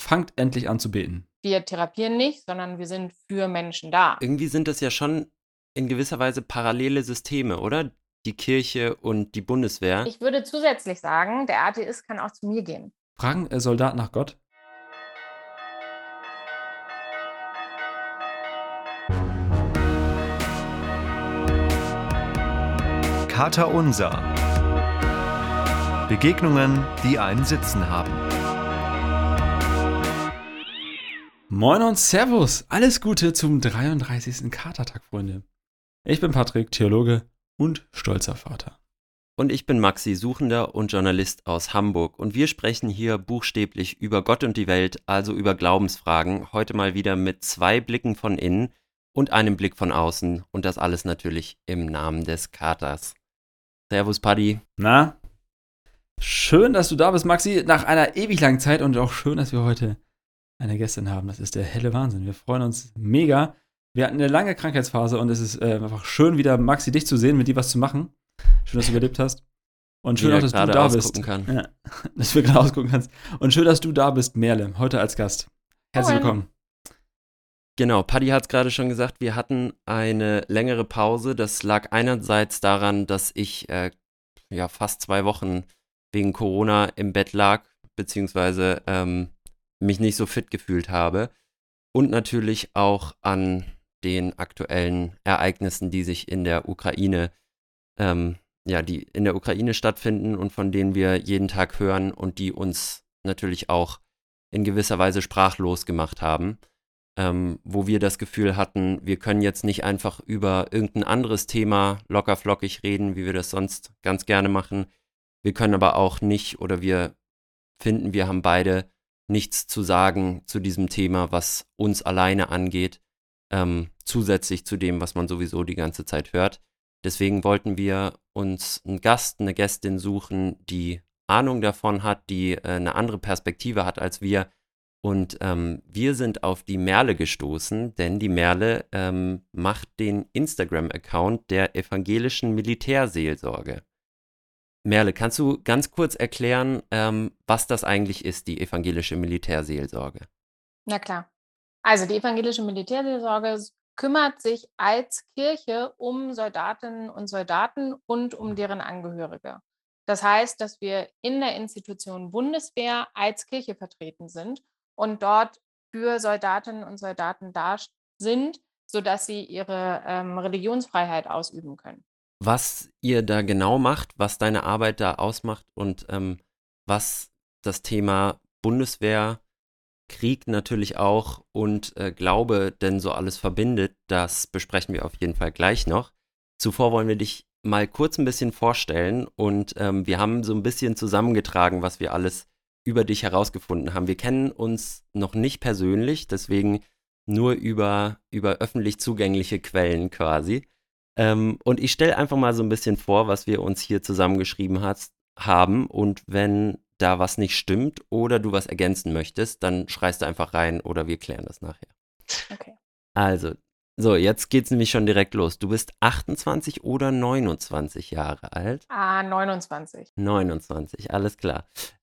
fangt endlich an zu beten. Wir therapieren nicht, sondern wir sind für Menschen da. Irgendwie sind das ja schon in gewisser Weise parallele Systeme, oder? Die Kirche und die Bundeswehr. Ich würde zusätzlich sagen, der Atheist kann auch zu mir gehen. Fragen Soldat nach Gott? Kater Unser. Begegnungen, die ein Sitzen haben. Moin und Servus, alles Gute zum 33. Katertag, Freunde. Ich bin Patrick, Theologe und stolzer Vater. Und ich bin Maxi, Suchender und Journalist aus Hamburg. Und wir sprechen hier buchstäblich über Gott und die Welt, also über Glaubensfragen. Heute mal wieder mit 2 Blicken von innen und einem Blick von außen. Und das alles natürlich im Namen des Katers. Servus, Paddy. Na? Schön, dass du da bist, Maxi, nach einer ewig langen Zeit und auch schön, dass wir heute eine Gästin haben. Das ist der helle Wahnsinn. Wir freuen uns mega. Wir hatten eine lange Krankheitsphase und es ist einfach schön, wieder, Maxi, dich zu sehen, mit dir was zu machen. Schön, dass du überlebt hast. Und schön auch, dass du da bist. Kann. Ja, dass wir gerade ausgucken kannst. Und schön, dass du da bist, Merle, heute als Gast. Herzlich willkommen. Genau, Paddy hat es gerade schon gesagt, wir hatten eine längere Pause. Das lag einerseits daran, dass ich fast 2 Wochen wegen Corona im Bett lag, beziehungsweise mich nicht so fit gefühlt habe. Und natürlich auch an den aktuellen Ereignissen, die sich in der Ukraine, die in der Ukraine stattfinden und von denen wir jeden Tag hören und die uns natürlich auch in gewisser Weise sprachlos gemacht haben. Wo wir das Gefühl hatten, wir können jetzt nicht einfach über irgendein anderes Thema lockerflockig reden, wie wir das sonst ganz gerne machen. Wir können aber auch nicht, oder wir finden, wir haben beide nichts zu sagen zu diesem Thema, was uns alleine angeht, zusätzlich zu dem, was man sowieso die ganze Zeit hört. Deswegen wollten wir uns einen Gast, eine Gästin suchen, die Ahnung davon hat, die eine andere Perspektive hat als wir. Und wir sind auf die Merle gestoßen, denn die Merle macht den Instagram-Account der evangelischen Militärseelsorge. Merle, kannst du ganz kurz erklären, was das eigentlich ist, die evangelische Militärseelsorge? Na klar. Also die evangelische Militärseelsorge kümmert sich als Kirche um Soldatinnen und Soldaten und um deren Angehörige. Das heißt, dass wir in der Institution Bundeswehr als Kirche vertreten sind und dort für Soldatinnen und Soldaten da sind, sodass sie ihre Religionsfreiheit ausüben können. Was ihr da genau macht, was deine Arbeit da ausmacht und was das Thema Bundeswehr, Krieg natürlich auch und Glaube denn so alles verbindet, das besprechen wir auf jeden Fall gleich noch. Zuvor wollen wir dich mal kurz ein bisschen vorstellen und wir haben so ein bisschen zusammengetragen, was wir alles über dich herausgefunden haben. Wir kennen uns noch nicht persönlich, deswegen nur über öffentlich zugängliche Quellen quasi. Und ich stelle einfach mal so ein bisschen vor, was wir uns hier zusammengeschrieben haben. Und wenn da was nicht stimmt oder du was ergänzen möchtest, dann schreist du einfach rein oder wir klären das nachher. Okay. Also, so, jetzt geht's nämlich schon direkt los. Du bist 28 oder 29 Jahre alt? 29. 29, alles klar.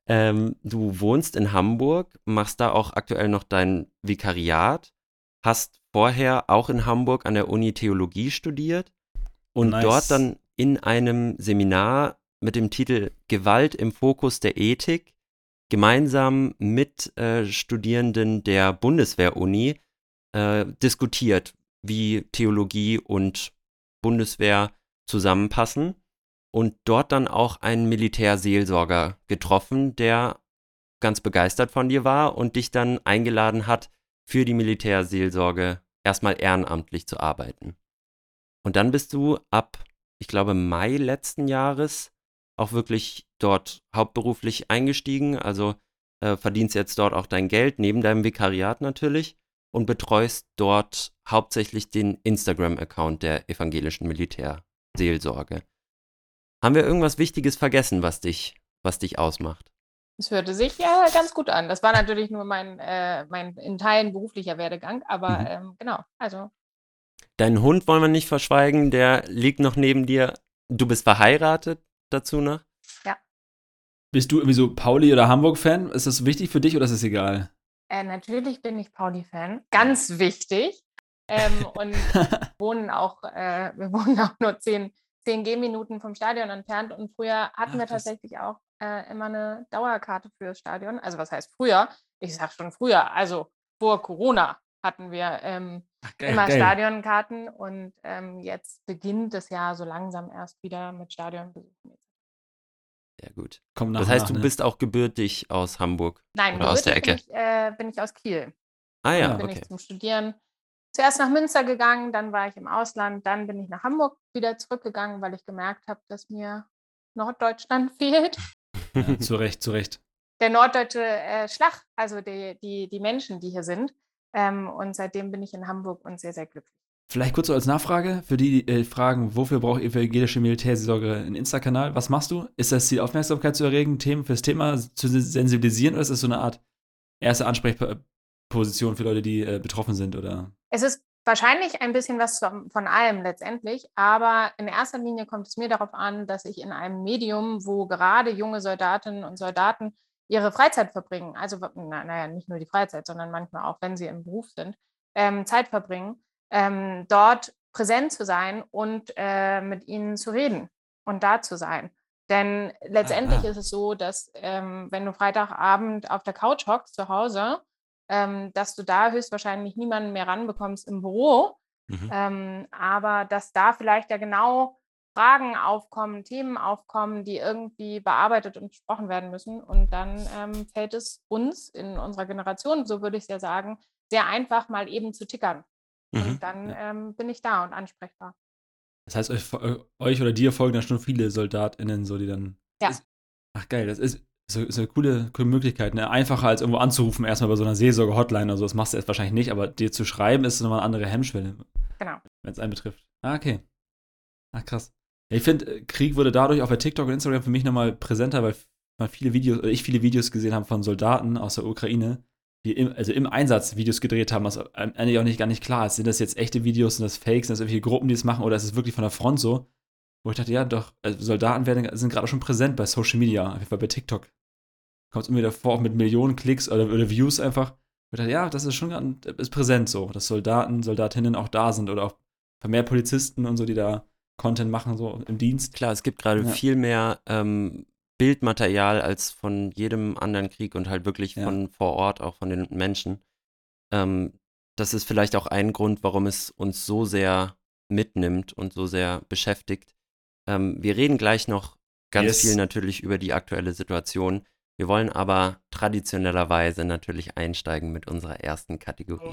Du wohnst in Hamburg, machst da auch aktuell noch dein Vikariat, hast vorher auch in Hamburg an der Uni Theologie studiert und dort dann in einem Seminar mit dem Titel Gewalt im Fokus der Ethik gemeinsam mit Studierenden der Bundeswehr-Uni diskutiert, wie Theologie und Bundeswehr zusammenpassen. Und dort dann auch einen Militärseelsorger getroffen, der ganz begeistert von dir war und dich dann eingeladen hat, für die Militärseelsorge erstmal ehrenamtlich zu arbeiten. Und dann bist du ab, ich glaube, Mai letzten Jahres auch wirklich dort hauptberuflich eingestiegen, also verdienst jetzt dort auch dein Geld, neben deinem Vikariat natürlich, und betreust dort hauptsächlich den Instagram-Account der evangelischen Militärseelsorge. Haben wir irgendwas Wichtiges vergessen, was dich ausmacht? Es hörte sich ja ganz gut an. Das war natürlich nur mein in Teilen beruflicher Werdegang, aber genau, also. Deinen Hund wollen wir nicht verschweigen, der liegt noch neben dir. Du bist verheiratet dazu noch? Ja. Bist du irgendwie so Pauli- oder Hamburg-Fan? Ist das wichtig für dich oder ist es egal? Natürlich bin ich Pauli-Fan, ganz wichtig. Und wir wohnen auch nur 10 Gehminuten vom Stadion entfernt. Und früher hatten wir Krass. tatsächlich auch immer eine Dauerkarte fürs Stadion. Also was heißt früher? Ich sag schon früher, also vor Corona hatten wir immer geil. Stadionkarten. Und jetzt beginnt das Jahr so langsam erst wieder mit Stadionbesuchen. Ja, gut. Kommt nach Das und heißt, nach, du ne? bist auch gebürtig aus Hamburg Nein, oder aus der gebürtig Ecke. bin ich aus Kiel. Ah ja, ja, Bin okay. ich zum Studieren zuerst nach Münster gegangen, dann war ich im Ausland, dann bin ich nach Hamburg wieder zurückgegangen, weil ich gemerkt habe, dass mir Norddeutschland fehlt. Ja, zu Recht. Der norddeutsche Schlag, also die Menschen, die hier sind. Und seitdem bin ich in Hamburg und sehr, sehr glücklich. Vielleicht kurz so als Nachfrage für die, die fragen, wofür braucht evangelische Militärseelsorge einen Insta-Kanal? Was machst du? Ist das die Aufmerksamkeit zu erregen, Themen fürs Thema zu sensibilisieren, oder ist das so eine Art erste Ansprechposition für Leute, die betroffen sind? Oder? Es ist wahrscheinlich ein bisschen was von allem letztendlich, aber in erster Linie kommt es mir darauf an, dass ich in einem Medium, wo gerade junge Soldatinnen und Soldaten ihre Freizeit verbringen, also nicht nur die Freizeit, sondern manchmal auch, wenn sie im Beruf sind, Zeit verbringen, dort präsent zu sein und mit ihnen zu reden und da zu sein. Denn letztendlich ist es so, dass wenn du Freitagabend auf der Couch hockst zu Hause, dass du da höchstwahrscheinlich niemanden mehr ranbekommst im Büro, aber dass da vielleicht ja genau Fragen aufkommen, Themen aufkommen, die irgendwie bearbeitet und besprochen werden müssen. Und dann fällt es uns in unserer Generation, so würde ich es ja sagen, sehr einfach mal eben zu tickern. Und dann bin ich da und ansprechbar. Das heißt, euch oder dir folgen da schon viele SoldatInnen, so die dann. Ja. Ach geil, das ist eine coole Möglichkeit, ne? Einfacher als irgendwo anzurufen, erstmal bei so einer Seelsorge-Hotline oder so. Das machst du jetzt wahrscheinlich nicht, aber dir zu schreiben ist nochmal eine andere Hemmschwelle. Genau. Wenn es einen betrifft. Ah, okay. Ach, krass. Ja, ich finde, Krieg wurde dadurch auch bei TikTok und Instagram für mich nochmal präsenter, weil ich viele Videos gesehen habe von Soldaten aus der Ukraine, die im Einsatz Videos gedreht haben, was eigentlich auch gar nicht klar ist. Sind das jetzt echte Videos, sind das Fakes, sind das irgendwelche Gruppen, die das machen, oder ist es wirklich von der Front so? Wo ich dachte, ja, doch, also Soldaten sind gerade schon präsent bei Social Media, auf jeden Fall bei TikTok. Kommt es irgendwie davor, auch mit Millionen Klicks oder Views einfach. Ich dachte, ja, das ist schon ist präsent so, dass Soldaten, Soldatinnen auch da sind oder auch vermehrt Polizisten und so, die da Content machen, so im Dienst. Klar, es gibt gerade viel mehr Bildmaterial als von jedem anderen Krieg und halt wirklich von vor Ort, auch von den Menschen. Das ist vielleicht auch ein Grund, warum es uns so sehr mitnimmt und so sehr beschäftigt. Wir reden gleich noch ganz viel natürlich über die aktuelle Situation. Wir wollen aber traditionellerweise natürlich einsteigen mit unserer ersten Kategorie.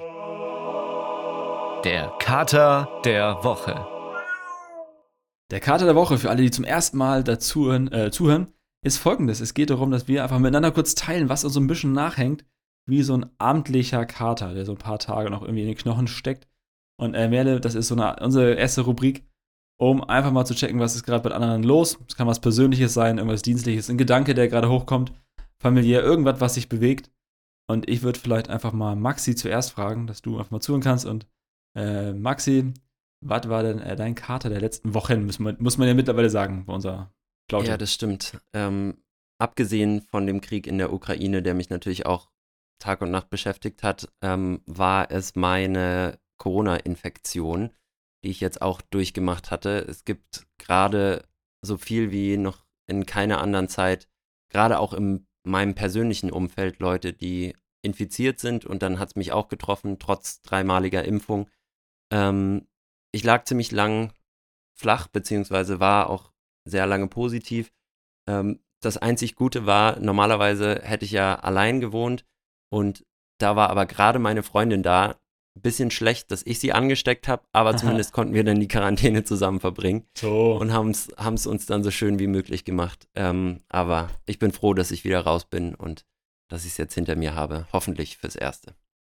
Der Kater der Woche. Der Kater der Woche, für alle, die zum ersten Mal zuhören, ist folgendes. Es geht darum, dass wir einfach miteinander kurz teilen, was uns so ein bisschen nachhängt, wie so ein amtlicher Kater, der so ein paar Tage noch irgendwie in den Knochen steckt. Und Merle, das ist unsere erste Rubrik, um einfach mal zu checken, was ist gerade bei anderen los. Es kann was Persönliches sein, irgendwas Dienstliches, ein Gedanke, der gerade hochkommt, familiär, irgendwas, was sich bewegt. Und ich würde vielleicht einfach mal Maxi zuerst fragen, dass du einfach mal zuhören kannst. Und Maxi, was war denn dein Kater der letzten Wochen? Muss man ja mittlerweile sagen, bei unserer Plaute. Ja, das stimmt. Abgesehen von dem Krieg in der Ukraine, der mich natürlich auch Tag und Nacht beschäftigt hat, war es meine Corona-Infektion, die ich jetzt auch durchgemacht hatte. Es gibt gerade so viel wie noch in keiner anderen Zeit, gerade auch in meinem persönlichen Umfeld, Leute, die infiziert sind, und dann hat es mich auch getroffen, trotz 3-maliger Impfung. Ich lag ziemlich lang flach, beziehungsweise war auch sehr lange positiv. Das einzig Gute war, normalerweise hätte ich ja allein gewohnt und da war aber gerade meine Freundin da. Ein bisschen schlecht, dass ich sie angesteckt habe, aber zumindest konnten wir dann die Quarantäne zusammen verbringen und haben es uns dann so schön wie möglich gemacht. Aber ich bin froh, dass ich wieder raus bin und dass ich es jetzt hinter mir habe. Hoffentlich fürs Erste.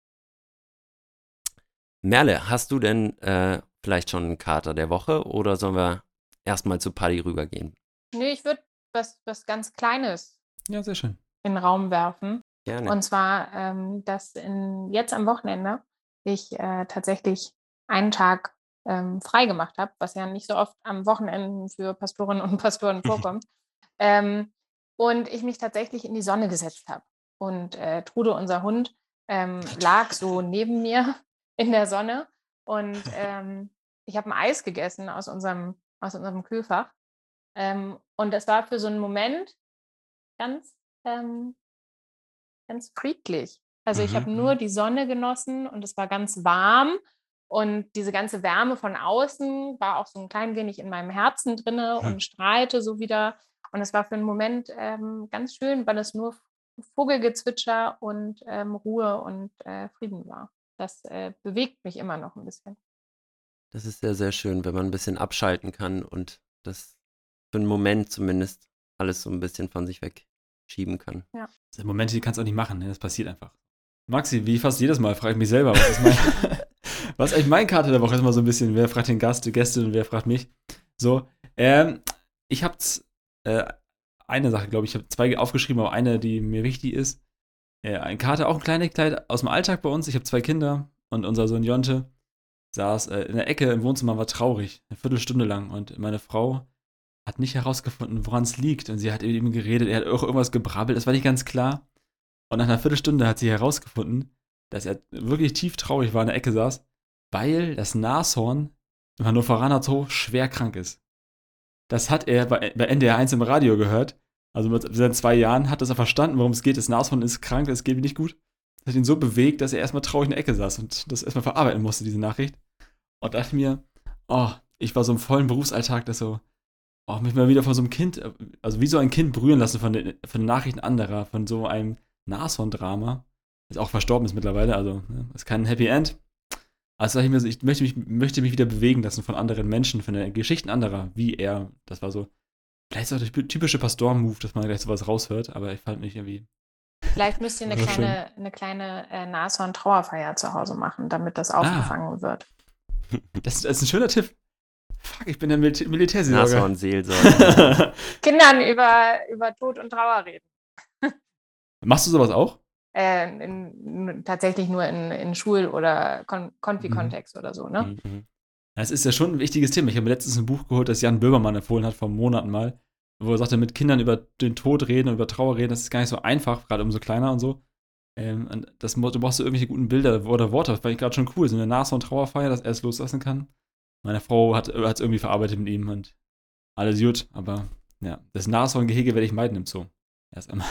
Merle, hast du denn vielleicht schon einen Kater der Woche oder sollen wir erstmal zu Paddy rübergehen? Nee, ich würde was ganz Kleines sehr schön. in den Raum werfen. Gerne. Und zwar, dass jetzt am Wochenende ich tatsächlich einen Tag frei gemacht habe, was ja nicht so oft am Wochenenden für Pastorinnen und Pastoren vorkommt. Und ich mich tatsächlich in die Sonne gesetzt habe. Und Trude, unser Hund, lag so neben mir in der Sonne und ich habe ein Eis gegessen aus unserem Kühlfach. Und das war für so einen Moment ganz, ganz friedlich. Also ich habe nur die Sonne genossen und es war ganz warm und diese ganze Wärme von außen war auch so ein klein wenig in meinem Herzen drinne und strahlte so wieder. Und es war für einen Moment ganz schön, weil es nur Vogelgezwitscher und Ruhe und Frieden war. Das bewegt mich immer noch ein bisschen. Das ist sehr, sehr schön, wenn man ein bisschen abschalten kann und das für einen Moment zumindest alles so ein bisschen von sich wegschieben kann. Ja. Das sind Momente, die kannst du auch nicht machen, ne? Das passiert einfach. Maxi, wie fast jedes Mal frage ich mich selber, was ist eigentlich meine Karte der Woche? Ist mal so ein bisschen, wer fragt den Gast, die Gästin und wer fragt mich? So, ich habe eine Sache, glaube ich, ich habe 2 aufgeschrieben, aber eine, die mir wichtig ist. Eine Karte, auch ein Kleinigkeit aus dem Alltag bei uns. Ich habe 2 Kinder und unser Sohn Jonte saß in der Ecke im Wohnzimmer, war traurig, eine Viertelstunde lang. Und meine Frau hat nicht herausgefunden, woran es liegt. Und sie hat mit ihm geredet, er hat auch irgendwas gebrabbelt, das war nicht ganz klar. Und nach einer Viertelstunde hat sie herausgefunden, dass er wirklich tief traurig war, in der Ecke saß, weil das Nashorn im Hannoveraner Zoo schwer krank ist. Das hat er bei NDR 1 im Radio gehört. Also mit seinen 2 Jahren hat er verstanden, worum es geht. Das Nashorn ist krank, es geht ihm nicht gut. Das hat ihn so bewegt, dass er erstmal traurig in der Ecke saß und das erstmal verarbeiten musste, diese Nachricht. Und dachte mir, oh, ich war so im vollen Berufsalltag, dass so, oh, mich mal wieder von so einem Kind, also wie so ein Kind berühren lassen von den Nachrichten anderer, von so einem Nashorn-Drama, das auch verstorben ist mittlerweile, also ne, ist kein Happy End. Also sag ich mir so, ich möchte mich wieder bewegen lassen von anderen Menschen, von den Geschichten anderer, wie er, das war so, vielleicht ist auch der typische Pastor-Move, dass man gleich sowas raushört, aber ich fand mich irgendwie. Vielleicht müsst ihr eine kleine Nashorn-Trauerfeier zu Hause machen, damit das aufgefangen wird. Das ist ein schöner Tipp. Fuck, ich bin der Militärseelsorger. Nashorn-Seelsorger. Kindern über Tod und Trauer reden. Machst du sowas auch? Tatsächlich nur in Schul- oder Konfi-Kontext oder so, ne? Das ist ja schon ein wichtiges Thema. Ich habe mir letztens ein Buch geholt, das Jan Böhmermann empfohlen hat, vor Monaten mal, wo er sagte, mit Kindern über den Tod reden und über Trauer reden, das ist gar nicht so einfach, gerade umso kleiner und so. Und du brauchst so irgendwelche guten Bilder oder Worte, das fand ich gerade schon cool, so eine Nashorn-Trauerfeier, dass er es loslassen kann. Meine Frau hat es irgendwie verarbeitet mit ihm und alles gut, aber ja, das Nashorn-Gehege werde ich meiden im Zoo. Erst einmal.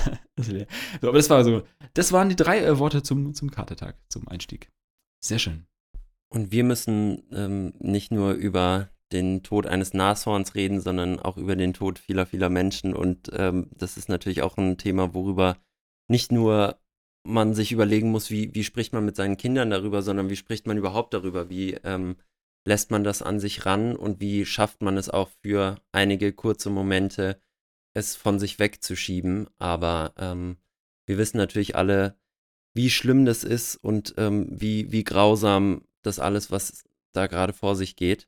So, aber das waren die 3 Worte zum Katertag, zum Einstieg. Sehr schön. Und wir müssen nicht nur über den Tod eines Nashorns reden, sondern auch über den Tod vieler, vieler Menschen. Und das ist natürlich auch ein Thema, worüber nicht nur man sich überlegen muss, wie spricht man mit seinen Kindern darüber, sondern wie spricht man überhaupt darüber, wie lässt man das an sich ran und wie schafft man es auch für einige kurze Momente, es von sich wegzuschieben. Aber wir wissen natürlich alle, wie schlimm das ist und wie grausam das alles, was da gerade vor sich geht.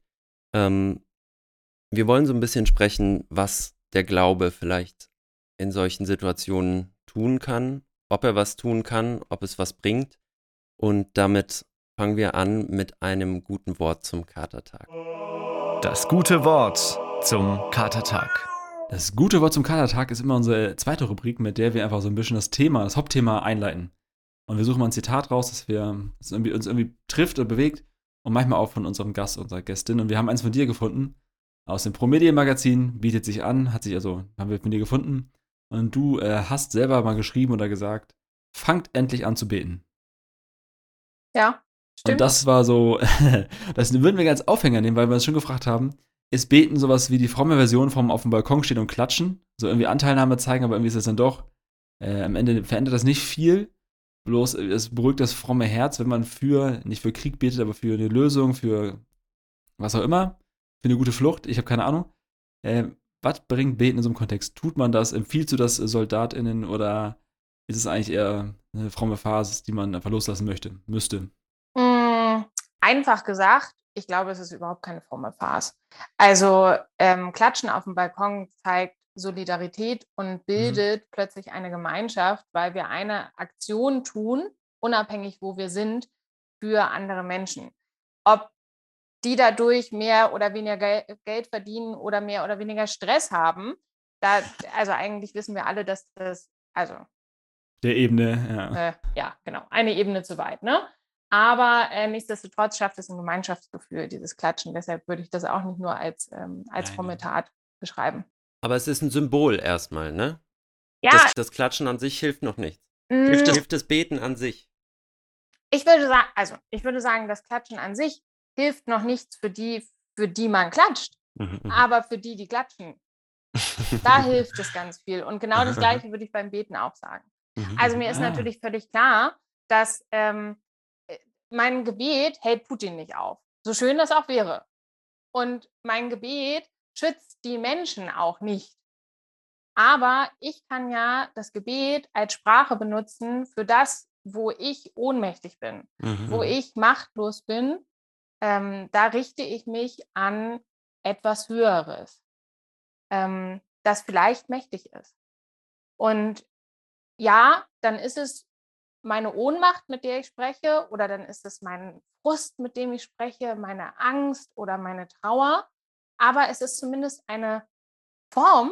Wir wollen so ein bisschen sprechen, was der Glaube vielleicht in solchen Situationen tun kann, ob er was tun kann, ob es was bringt. Und damit fangen wir an mit einem guten Wort zum Katertag. Das gute Wort zum Katertag. Das gute Wort zum Katertag ist immer unsere zweite Rubrik, mit der wir einfach so ein bisschen das Hauptthema einleiten. Und wir suchen mal ein Zitat raus, das uns irgendwie trifft oder bewegt und manchmal auch von unserem Gast, unserer Gästin. Und wir haben eins von dir gefunden, aus dem Promedien-Magazin, bietet sich an, haben wir von dir gefunden. Und du hast selber mal geschrieben oder gesagt, fangt endlich an zu beten. Ja, stimmt. Und das war so, das würden wir ganz Aufhänger nehmen, weil wir uns schon gefragt haben, ist Beten sowas wie die fromme Version vom auf dem Balkon stehen und klatschen? So irgendwie Anteilnahme zeigen, aber irgendwie ist das dann doch, am Ende verändert das nicht viel. Bloß es beruhigt das fromme Herz, wenn man nicht für Krieg betet, aber für eine Lösung, für was auch immer, für eine gute Flucht, ich habe keine Ahnung. Was bringt Beten in so einem Kontext? Tut man das? Empfiehlst du das SoldatInnen oder ist es eigentlich eher eine fromme Phase, die man einfach loslassen müsste? Einfach gesagt, ich glaube, es ist überhaupt keine fromme Phase. Also Klatschen auf dem Balkon zeigt Solidarität und bildet plötzlich eine Gemeinschaft, weil wir eine Aktion tun, unabhängig wo wir sind, für andere Menschen. Ob die dadurch mehr oder weniger Geld verdienen oder mehr oder weniger Stress haben, also eigentlich wissen wir alle, dass das, also Der Ebene, ja. Genau, eine Ebene zu weit, ne? Aber nichtsdestotrotz schafft es ein Gemeinschaftsgefühl, dieses Klatschen. Deshalb würde ich das auch nicht nur als fromme Tat beschreiben. Aber es ist ein Symbol erstmal, ne? Ja, Das Klatschen an sich hilft noch nichts. mh, Hilft das Beten an sich? ich würde sagen, das Klatschen an sich hilft noch nichts für die man klatscht. Aber für die klatschen, da hilft es ganz viel. Und genau das Gleiche würde ich beim Beten auch sagen. Also mir ist natürlich völlig klar, dass mein Gebet hält Putin nicht auf. So schön das auch wäre. Und mein Gebet schützt die Menschen auch nicht. Aber ich kann ja das Gebet als Sprache benutzen für das, wo ich ohnmächtig bin, wo ich machtlos bin. Da richte ich mich an etwas Höheres, das vielleicht mächtig ist. Und ja, dann ist es meine Ohnmacht, mit der ich spreche, oder dann ist es mein Frust, mit dem ich spreche, meine Angst oder meine Trauer. Aber es ist zumindest eine Form,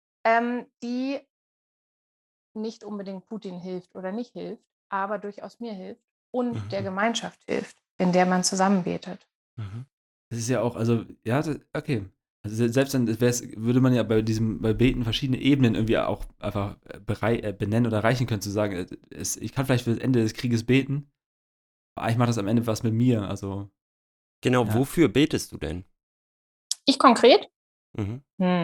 die nicht unbedingt Putin hilft oder nicht hilft, aber durchaus mir hilft und der Gemeinschaft hilft, in der man zusammen betet. Das ist ja auch, also, ja, okay. Also selbst dann würde man ja bei Beten verschiedene Ebenen irgendwie auch einfach benennen oder erreichen können, zu sagen, ich kann vielleicht für das Ende des Krieges beten, aber eigentlich macht das am Ende was mit mir. Also, Genau, ja. wofür betest du denn? Ich konkret? Mhm.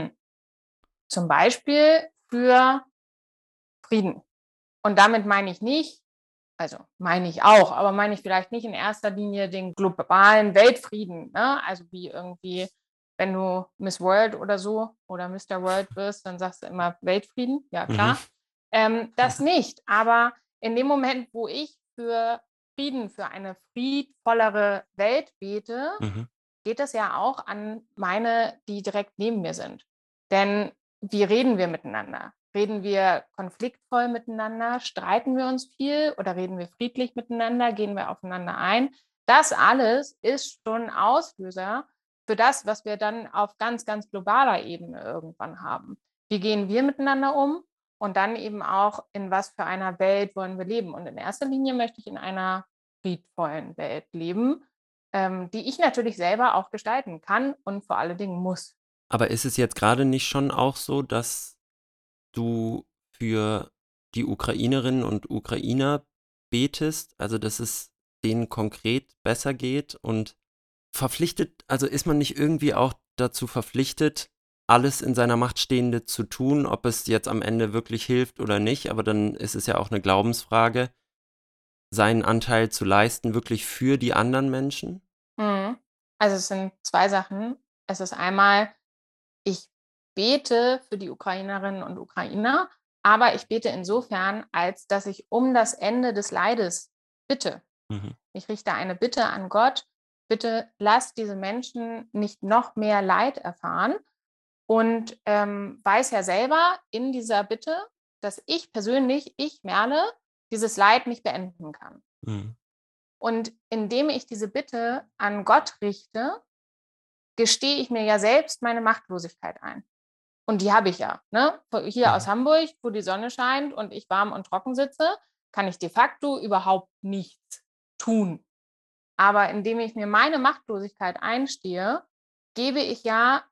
Zum Beispiel für Frieden. Und damit meine ich nicht, also meine ich auch, aber meine ich vielleicht nicht in erster Linie den globalen Weltfrieden. Ne? Also wie irgendwie, wenn du Miss World oder so oder Mr. World wirst, dann sagst du immer Weltfrieden. Ja, klar. Das nicht. Aber in dem Moment, wo ich für Frieden, für eine friedvollere Welt bete, geht das ja auch an meine, die direkt neben mir sind. Denn wie reden wir miteinander? Reden wir konfliktvoll miteinander? Streiten wir uns viel oder reden wir friedlich miteinander? Gehen wir aufeinander ein? Das alles ist schon Auslöser für das, was wir dann auf ganz, ganz globaler Ebene irgendwann haben. Wie gehen wir miteinander um? Und dann eben auch, in was für einer Welt wollen wir leben? Und in erster Linie möchte ich in einer friedvollen Welt leben, die ich natürlich selber auch gestalten kann und vor allen Dingen muss. Aber ist es jetzt gerade nicht schon auch so, dass du für die Ukrainerinnen und Ukrainer betest, also dass es denen konkret besser geht und verpflichtet, also ist man nicht irgendwie auch dazu verpflichtet, alles in seiner Macht Stehende zu tun, ob es jetzt am Ende wirklich hilft oder nicht, aber dann ist es ja auch eine Glaubensfrage, seinen Anteil zu leisten, wirklich für die anderen Menschen? Also es sind zwei Sachen. Es ist einmal, ich bete für die Ukrainerinnen und Ukrainer, aber ich bete insofern, als dass ich um das Ende des Leides bitte. Ich richte eine Bitte an Gott, bitte lass diese Menschen nicht noch mehr Leid erfahren und weiß ja selber in dieser Bitte, dass ich persönlich, ich Merle, dieses Leid nicht beenden kann. Und indem ich diese Bitte an Gott richte, gestehe ich mir ja selbst meine Machtlosigkeit ein. Und die habe ich ja. Ne? Hier aus Hamburg, wo die Sonne scheint und ich warm und trocken sitze, kann ich de facto überhaupt nichts tun. Aber indem ich mir meine Machtlosigkeit einstehe, gebe ich ja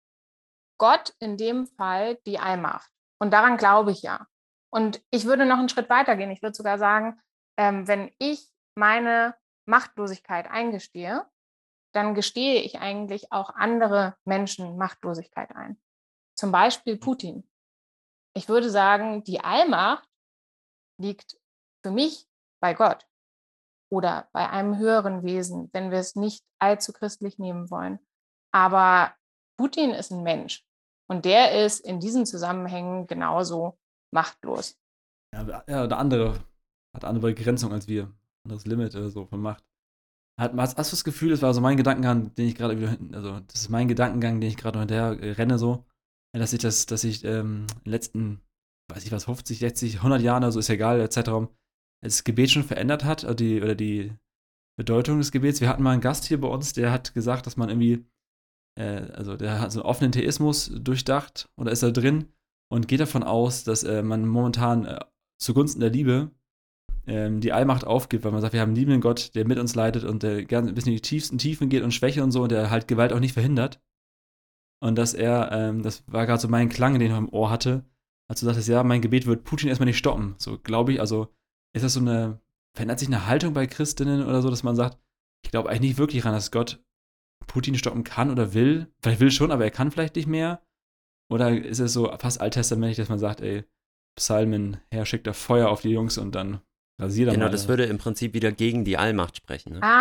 Gott in dem Fall die Allmacht. Und daran glaube ich ja. Und ich würde noch einen Schritt weiter gehen. Ich würde sogar sagen, wenn ich meine Machtlosigkeit eingestehe, dann gestehe ich eigentlich auch andere Menschen Machtlosigkeit ein. Zum Beispiel Putin. Ich würde sagen, die Allmacht liegt für mich bei Gott oder bei einem höheren Wesen, wenn wir es nicht allzu christlich nehmen wollen. Aber Putin ist ein Mensch und der ist in diesen Zusammenhängen genauso machtlos. Ja, der andere hat andere Begrenzung als wir. Anderes Limit oder so von Macht. Hast du das Gefühl, das war so mein Gedankengang, den ich gerade wieder hinten, also das ist mein Gedankengang, den ich gerade noch hinterher renne, so, dass ich in den letzten, weiß ich was, 50, 60, 100 Jahren oder so, ist ja egal, der Zeitraum, das Gebet schon verändert hat, oder die Bedeutung des Gebets. Wir hatten mal einen Gast hier bei uns, der hat gesagt, dass man irgendwie, also der hat so einen offenen Theismus durchdacht, oder ist da drin, und geht davon aus, dass man momentan zugunsten der Liebe die Allmacht aufgibt, weil man sagt, wir haben einen liebenden Gott, der mit uns leidet und der gerne bis in die tiefsten Tiefen geht und Schwäche und so und der halt Gewalt auch nicht verhindert. Und dass das war gerade so mein Klang, den ich im Ohr hatte, als du sagtest, ja, mein Gebet wird Putin erstmal nicht stoppen. So glaube ich, also ist das verändert sich eine Haltung bei Christinnen oder so, dass man sagt, ich glaube eigentlich nicht wirklich ran, dass Gott Putin stoppen kann oder will. Vielleicht will schon, aber er kann vielleicht nicht mehr. Oder ist es so fast alttestamentlich, dass man sagt, ey, Psalmen, Herr, schickt da Feuer auf die Jungs und dann rasiert er Genau, mal. das würde im Prinzip wieder gegen die Allmacht sprechen. Ne?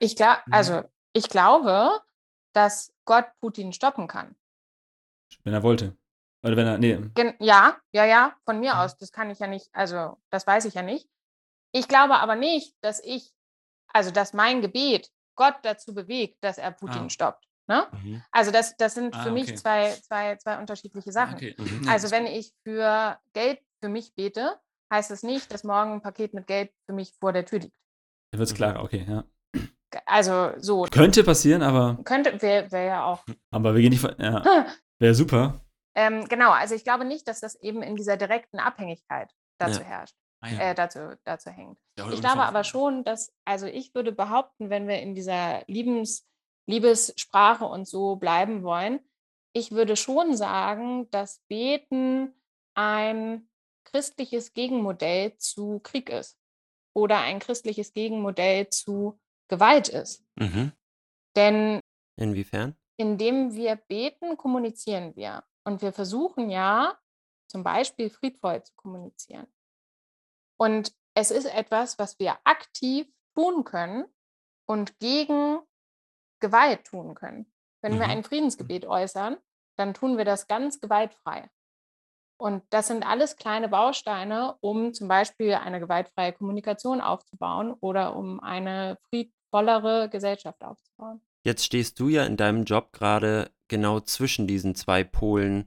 Ich glaube, dass Gott Putin stoppen kann. Wenn er wollte. Oder wenn er, nee. Ja, von mir aus. Das kann ich ja nicht, also das weiß ich ja nicht. Ich glaube aber nicht, dass mein Gebet Gott dazu bewegt, dass er Putin stoppt. Ne? Mhm. Also das sind für mich okay. zwei unterschiedliche Sachen. Okay. Mhm. Also wenn ich für Geld für mich bete, heißt das nicht, dass morgen ein Paket mit Geld für mich vor der Tür liegt. Da wird es klarer, okay, ja. Also so. Könnte passieren, aber. Wäre ja auch. Aber wir gehen nicht von. Ja. Wäre super. Genau, also ich glaube nicht, dass das eben in dieser direkten Abhängigkeit dazu herrscht. Dazu hängt. Ich glaube aber schon, ich würde behaupten, wenn wir in dieser Liebessprache und so bleiben wollen, ich würde schon sagen, dass Beten ein christliches Gegenmodell zu Krieg ist oder ein christliches Gegenmodell zu Gewalt ist. Mhm. Denn inwiefern? Indem wir beten, kommunizieren wir. Und wir versuchen ja zum Beispiel friedvoll zu kommunizieren. Und es ist etwas, was wir aktiv tun können und gegen Gewalt tun können. Wenn wir ein Friedensgebet äußern, dann tun wir das ganz gewaltfrei. Und das sind alles kleine Bausteine, um zum Beispiel eine gewaltfreie Kommunikation aufzubauen oder um eine friedvollere Gesellschaft aufzubauen. Jetzt stehst du ja in deinem Job gerade genau zwischen diesen zwei Polen,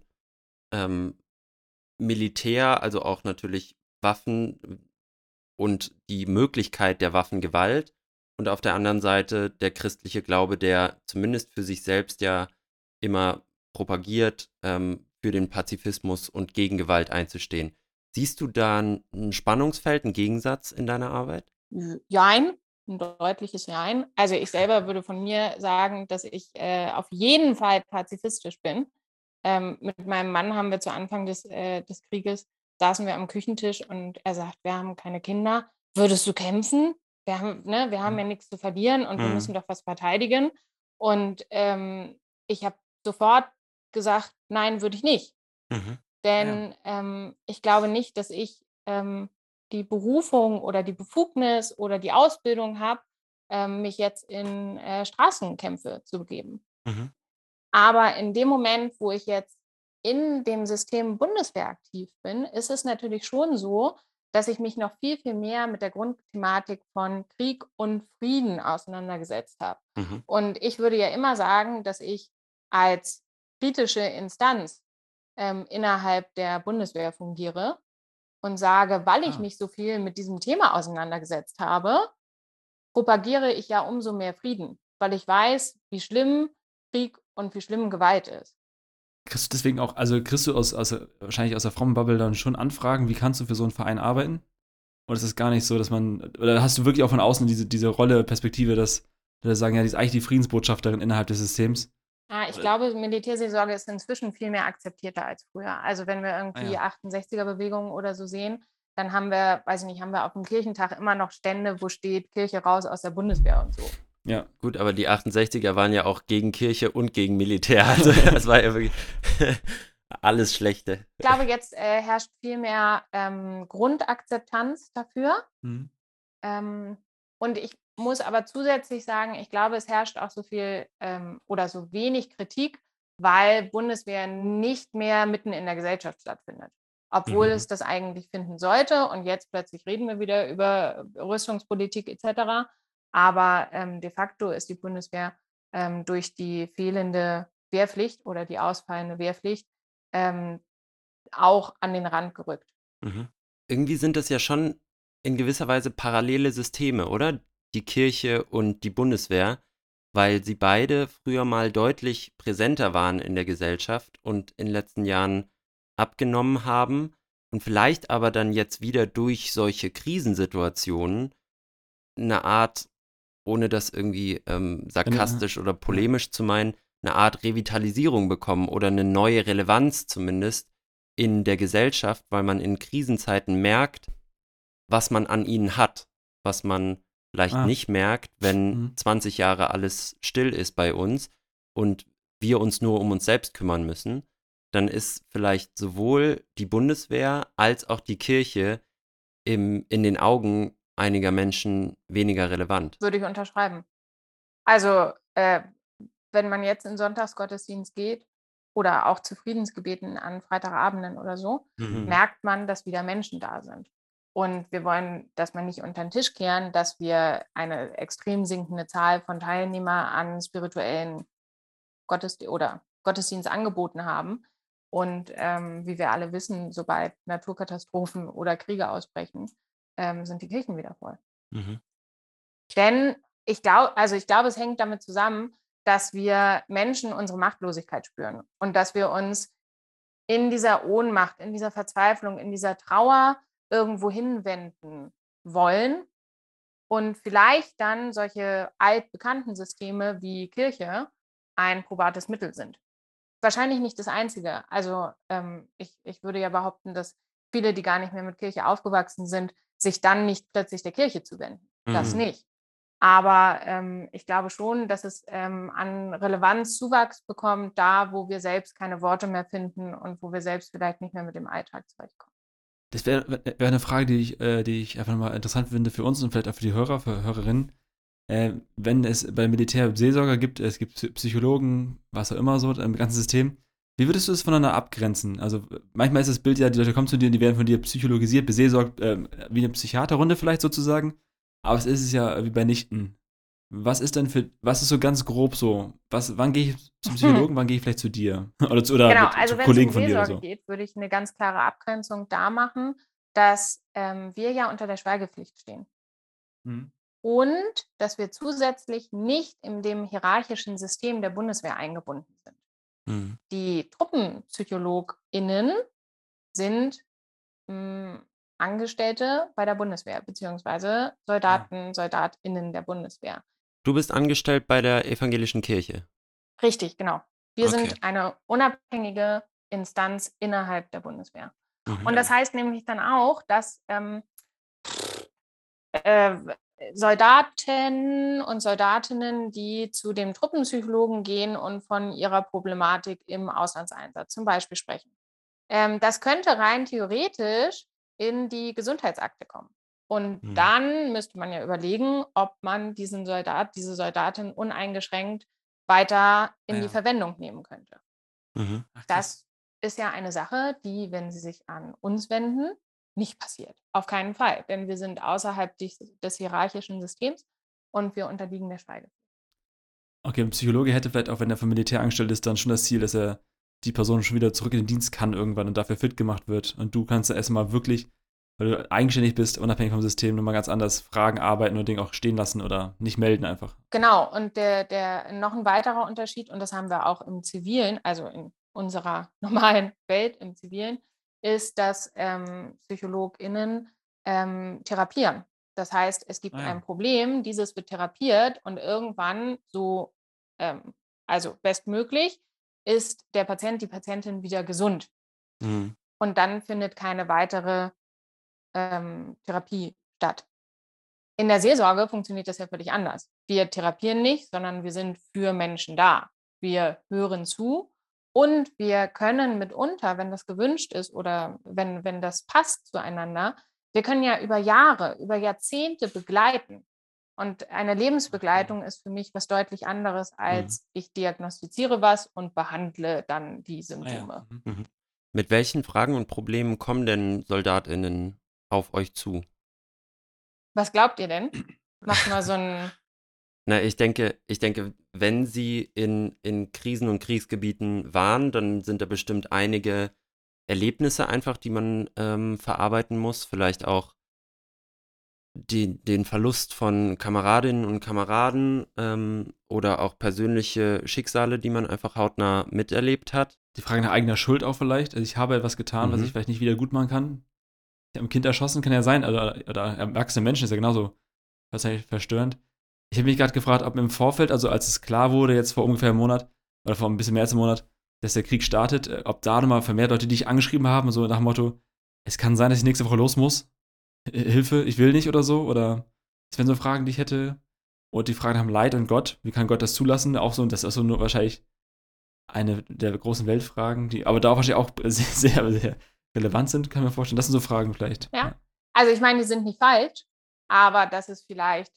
Militär, also auch natürlich Waffen und die Möglichkeit der Waffengewalt und auf der anderen Seite der christliche Glaube, der zumindest für sich selbst ja immer propagiert, für den Pazifismus und gegen Gewalt einzustehen. Siehst du da ein Spannungsfeld, einen Gegensatz in deiner Arbeit? Jein, ein deutliches Jein. Also ich selber würde von mir sagen, dass ich auf jeden Fall pazifistisch bin. Mit meinem Mann haben wir zu Anfang des Krieges, saßen wir am Küchentisch und er sagt, wir haben keine Kinder. Würdest du kämpfen? Wir haben ja nichts zu verlieren und wir müssen doch was verteidigen. Und ich habe sofort gesagt, nein, würde ich nicht. Denn ich glaube nicht, dass ich die Berufung oder die Befugnis oder die Ausbildung habe, mich jetzt in Straßenkämpfe zu begeben. Aber in dem Moment, wo ich jetzt in dem System Bundeswehr aktiv bin, ist es natürlich schon so, dass ich mich noch viel, viel mehr mit der Grundthematik von Krieg und Frieden auseinandergesetzt habe. Und ich würde ja immer sagen, dass ich als kritische Instanz innerhalb der Bundeswehr fungiere und sage, weil ich mich so viel mit diesem Thema auseinandergesetzt habe, propagiere ich ja umso mehr Frieden, weil ich weiß, wie schlimm Krieg und wie schlimm Gewalt ist. Kriegst du deswegen auch, also kriegst du wahrscheinlich aus der frommen Bubble dann schon Anfragen, wie kannst du für so einen Verein arbeiten? Oder ist es gar nicht so, oder hast du wirklich auch von außen diese Rolle, Perspektive, dass sagen, ja, die ist eigentlich die Friedensbotschafterin innerhalb des Systems? Ich glaube, Militärseelsorge ist inzwischen viel mehr akzeptierter als früher. Also wenn wir irgendwie 68er-Bewegungen oder so sehen, dann haben wir auf dem Kirchentag immer noch Stände, wo steht Kirche raus aus der Bundeswehr und so. Ja. Gut, aber die 68er waren ja auch gegen Kirche und gegen Militär. Also das war ja wirklich alles Schlechte. Ich glaube, jetzt herrscht viel mehr Grundakzeptanz dafür. Und ich muss aber zusätzlich sagen, ich glaube, es herrscht auch so viel oder so wenig Kritik, weil Bundeswehr nicht mehr mitten in der Gesellschaft stattfindet. Obwohl es das eigentlich finden sollte. Und jetzt plötzlich reden wir wieder über Rüstungspolitik etc. Aber de facto ist die Bundeswehr durch die fehlende Wehrpflicht oder die ausfallende Wehrpflicht auch an den Rand gerückt. Irgendwie sind das ja schon in gewisser Weise parallele Systeme, oder? Die Kirche und die Bundeswehr, weil sie beide früher mal deutlich präsenter waren in der Gesellschaft und in den letzten Jahren abgenommen haben. und vielleicht aber dann jetzt wieder durch solche Krisensituationen eine Art, ohne das irgendwie sarkastisch oder polemisch zu meinen, eine Art Revitalisierung bekommen oder eine neue Relevanz zumindest in der Gesellschaft, weil man in Krisenzeiten merkt, was man an ihnen hat, was man vielleicht nicht merkt, wenn 20 Jahre alles still ist bei uns und wir uns nur um uns selbst kümmern müssen, dann ist vielleicht sowohl die Bundeswehr als auch die Kirche in den Augen einiger Menschen weniger relevant. Würde ich unterschreiben. Also, wenn man jetzt in den Sonntagsgottesdienst geht oder auch zu Friedensgebeten an Freitagabenden oder so, merkt man, dass wieder Menschen da sind. Und wir wollen das mal nicht unter den Tisch kehren, dass wir eine extrem sinkende Zahl von Teilnehmern an spirituellen Gottesdienstangeboten haben. Und wie wir alle wissen, sobald Naturkatastrophen oder Kriege ausbrechen, sind die Kirchen wieder voll. Denn ich glaube, es hängt damit zusammen, dass wir Menschen unsere Machtlosigkeit spüren und dass wir uns in dieser Ohnmacht, in dieser Verzweiflung, in dieser Trauer irgendwo hinwenden wollen und vielleicht dann solche altbekannten Systeme wie Kirche ein probates Mittel sind. Wahrscheinlich nicht das einzige. Also ich würde ja behaupten, dass viele, die gar nicht mehr mit Kirche aufgewachsen sind, sich dann nicht plötzlich der Kirche zuwenden. Das nicht. Aber ich glaube schon, dass es an Relevanz Zuwachs bekommt, da wo wir selbst keine Worte mehr finden und wo wir selbst vielleicht nicht mehr mit dem Alltag zurechtkommen. Das wäre eine Frage, die ich einfach mal interessant finde für uns und vielleicht auch für die Hörer, für Hörerinnen. Wenn es beim Militär Seelsorger gibt, es gibt Psychologen, was auch immer so, im ganzen System, wie würdest du es voneinander abgrenzen? Also manchmal ist das Bild ja, die Leute kommen zu dir und die werden von dir psychologisiert, beseelsorgt, wie eine Psychiaterrunde vielleicht sozusagen. Aber es ist es ja wie bei Nichten. Was ist so ganz grob so? Wann gehe ich zum Psychologen, wann gehe ich vielleicht zu dir? Oder zu Genau, also wenn es Kollegen um von dir oder Seelsorge so? geht, würde ich eine ganz klare Abgrenzung da machen, dass wir ja unter der Schweigepflicht stehen. Und dass wir zusätzlich nicht in dem hierarchischen System der Bundeswehr eingebunden sind. Die TruppenpsychologInnen sind Angestellte bei der Bundeswehr, beziehungsweise SoldatInnen der Bundeswehr. Du bist angestellt bei der evangelischen Kirche. Richtig, genau. Wir Okay. sind eine unabhängige Instanz innerhalb der Bundeswehr. Und das heißt nämlich dann auch, dass Soldaten und Soldatinnen, die zu dem Truppenpsychologen gehen und von ihrer Problematik im Auslandseinsatz zum Beispiel sprechen. Das könnte rein theoretisch in die Gesundheitsakte kommen. Und dann müsste man ja überlegen, ob man diesen Soldat, diese Soldatin uneingeschränkt weiter in die Verwendung nehmen könnte. Das ist ja eine Sache, die, wenn Sie sich an uns wenden, nicht passiert. Auf keinen Fall, denn wir sind außerhalb des hierarchischen Systems und wir unterliegen der Schweigepflicht. Okay, ein Psychologe hätte vielleicht auch, wenn er vom Militär angestellt ist, dann schon das Ziel, dass er die Person schon wieder zurück in den Dienst kann irgendwann und dafür fit gemacht wird. Und du kannst erstmal wirklich, weil du eigenständig bist, unabhängig vom System, nochmal ganz anders Fragen arbeiten und Dinge auch stehen lassen oder nicht melden einfach. Genau, und der noch ein weiterer Unterschied, und das haben wir auch im Zivilen, also in unserer normalen Welt im Zivilen, ist, dass PsychologInnen therapieren. Das heißt, es gibt ein Problem, dieses wird therapiert und irgendwann also bestmöglich, ist der Patient, die Patientin wieder gesund. Und dann findet keine weitere Therapie statt. In der Seelsorge funktioniert das ja völlig anders. Wir therapieren nicht, sondern wir sind für Menschen da. Wir hören zu und wir können mitunter, wenn das gewünscht ist oder wenn das passt zueinander, wir können ja über Jahre, über Jahrzehnte begleiten. Und eine Lebensbegleitung ist für mich was deutlich anderes, als ich diagnostiziere was und behandle dann die Symptome. Mit welchen Fragen und Problemen kommen denn SoldatInnen auf euch zu? Was glaubt ihr denn? Macht mal so ein... Na, ich denke, wenn sie in Krisen und Kriegsgebieten waren, dann sind da bestimmt einige Erlebnisse einfach, die man verarbeiten muss. Vielleicht auch den Verlust von Kameradinnen und Kameraden oder auch persönliche Schicksale, die man einfach hautnah miterlebt hat. Die Frage nach eigener Schuld auch vielleicht. Also ich habe etwas getan, was ich vielleicht nicht wieder gut machen kann. Ich habe ein Kind erschossen, kann ja sein. Oder erwachsene Menschen ist ja genauso wahrscheinlich verstörend. Ich habe mich gerade gefragt, ob im Vorfeld, also als es klar wurde, jetzt vor ungefähr einem Monat, oder vor ein bisschen mehr als einem Monat, dass der Krieg startet, ob da nochmal vermehrt Leute dich angeschrieben haben, so nach dem Motto, es kann sein, dass ich nächste Woche los muss. Hilfe, ich will nicht oder so. Oder das wären so Fragen, die ich hätte. Und die Frage nach dem Leid und Gott, wie kann Gott das zulassen? Auch so, das ist so nur wahrscheinlich eine der großen Weltfragen, die aber da auch wahrscheinlich auch sehr, sehr relevant sind, kann ich mir vorstellen. Das sind so Fragen vielleicht. Ja. Also ich meine, die sind nicht falsch, aber das ist vielleicht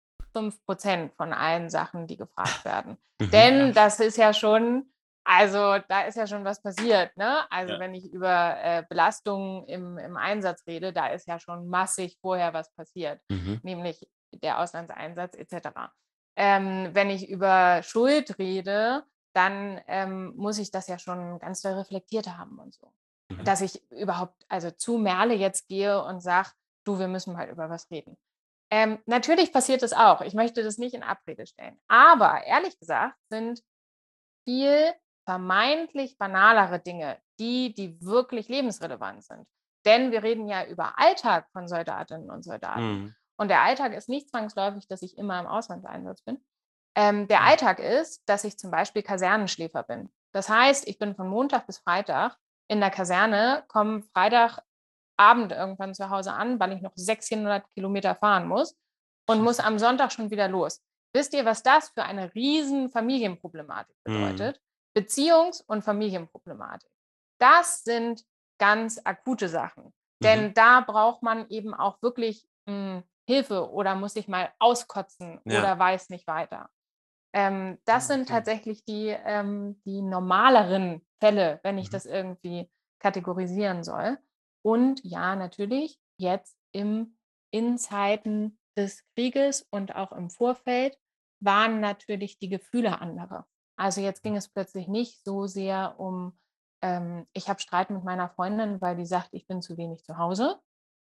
5% von allen Sachen, die gefragt werden. Denn das ist ja schon, also da ist ja schon was passiert, ne? Also wenn ich über Belastungen im Einsatz rede, da ist ja schon massig vorher was passiert, nämlich der Auslandseinsatz etc. Wenn ich über Schuld rede, dann muss ich das ja schon ganz doll reflektiert haben und so. Dass ich überhaupt also zu Merle jetzt gehe und sage, du, wir müssen mal über was reden. Natürlich passiert das auch. Ich möchte das nicht in Abrede stellen. Aber ehrlich gesagt sind viel vermeintlich banalere Dinge, die wirklich lebensrelevant sind. Denn wir reden ja über Alltag von Soldatinnen und Soldaten. Und der Alltag ist nicht zwangsläufig, dass ich immer im Auslandseinsatz bin. Der Alltag ist, dass ich zum Beispiel Kasernenschläfer bin. Das heißt, ich bin von Montag bis Freitag in der Kaserne, komme Freitagabend irgendwann zu Hause an, weil ich noch 600 Kilometer fahren muss und muss am Sonntag schon wieder los. Wisst ihr, was das für eine riesen Familienproblematik bedeutet? Beziehungs- und Familienproblematik. Das sind ganz akute Sachen. Denn da braucht man eben auch wirklich Hilfe oder muss sich mal auskotzen oder weiß nicht weiter. Das sind tatsächlich die normaleren Fälle, wenn ich das irgendwie kategorisieren soll. Und ja, natürlich jetzt in Zeiten des Krieges und auch im Vorfeld waren natürlich die Gefühle andere. Also jetzt ging es plötzlich nicht so sehr um, ich habe Streit mit meiner Freundin, weil die sagt, ich bin zu wenig zu Hause,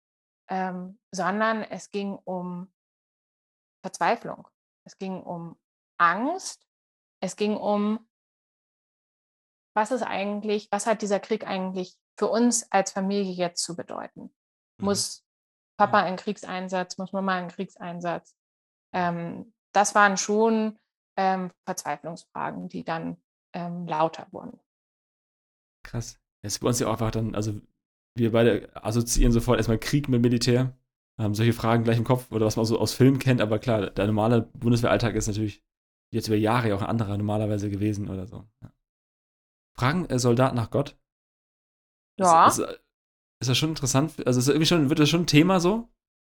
sondern es ging um Verzweiflung. Es ging um Angst. Es ging um, was hat dieser Krieg eigentlich für uns als Familie jetzt zu bedeuten? Muss Papa in Kriegseinsatz, muss Mama in Kriegseinsatz? Das waren schon Verzweiflungsfragen, die dann lauter wurden. Krass. Das ist bei uns ja auch einfach dann, also wir beide assoziieren sofort erstmal Krieg mit Militär, haben solche Fragen gleich im Kopf oder was man so aus Filmen kennt, aber klar, der normale Bundeswehralltag ist natürlich jetzt über Jahre ja auch ein anderer normalerweise gewesen oder so. Ja. Fragen Soldaten nach Gott? Ja. Ist das schon interessant? Also ist das irgendwie schon, wird das schon ein Thema so?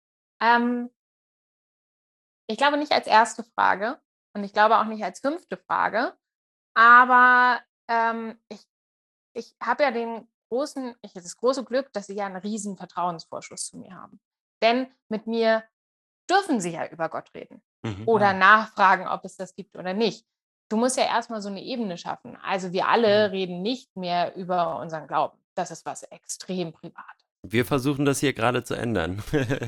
Ich glaube nicht als erste Frage und ich glaube auch nicht als 5. Frage, aber ich habe ja das große Glück, dass sie ja einen riesen Vertrauensvorschuss zu mir haben. Denn mit mir dürfen sie ja über Gott reden oder nachfragen, ob es das gibt oder nicht. Du musst ja erstmal so eine Ebene schaffen. Also wir alle reden nicht mehr über unseren Glauben. Das ist was extrem Privates. Wir versuchen das hier gerade zu ändern.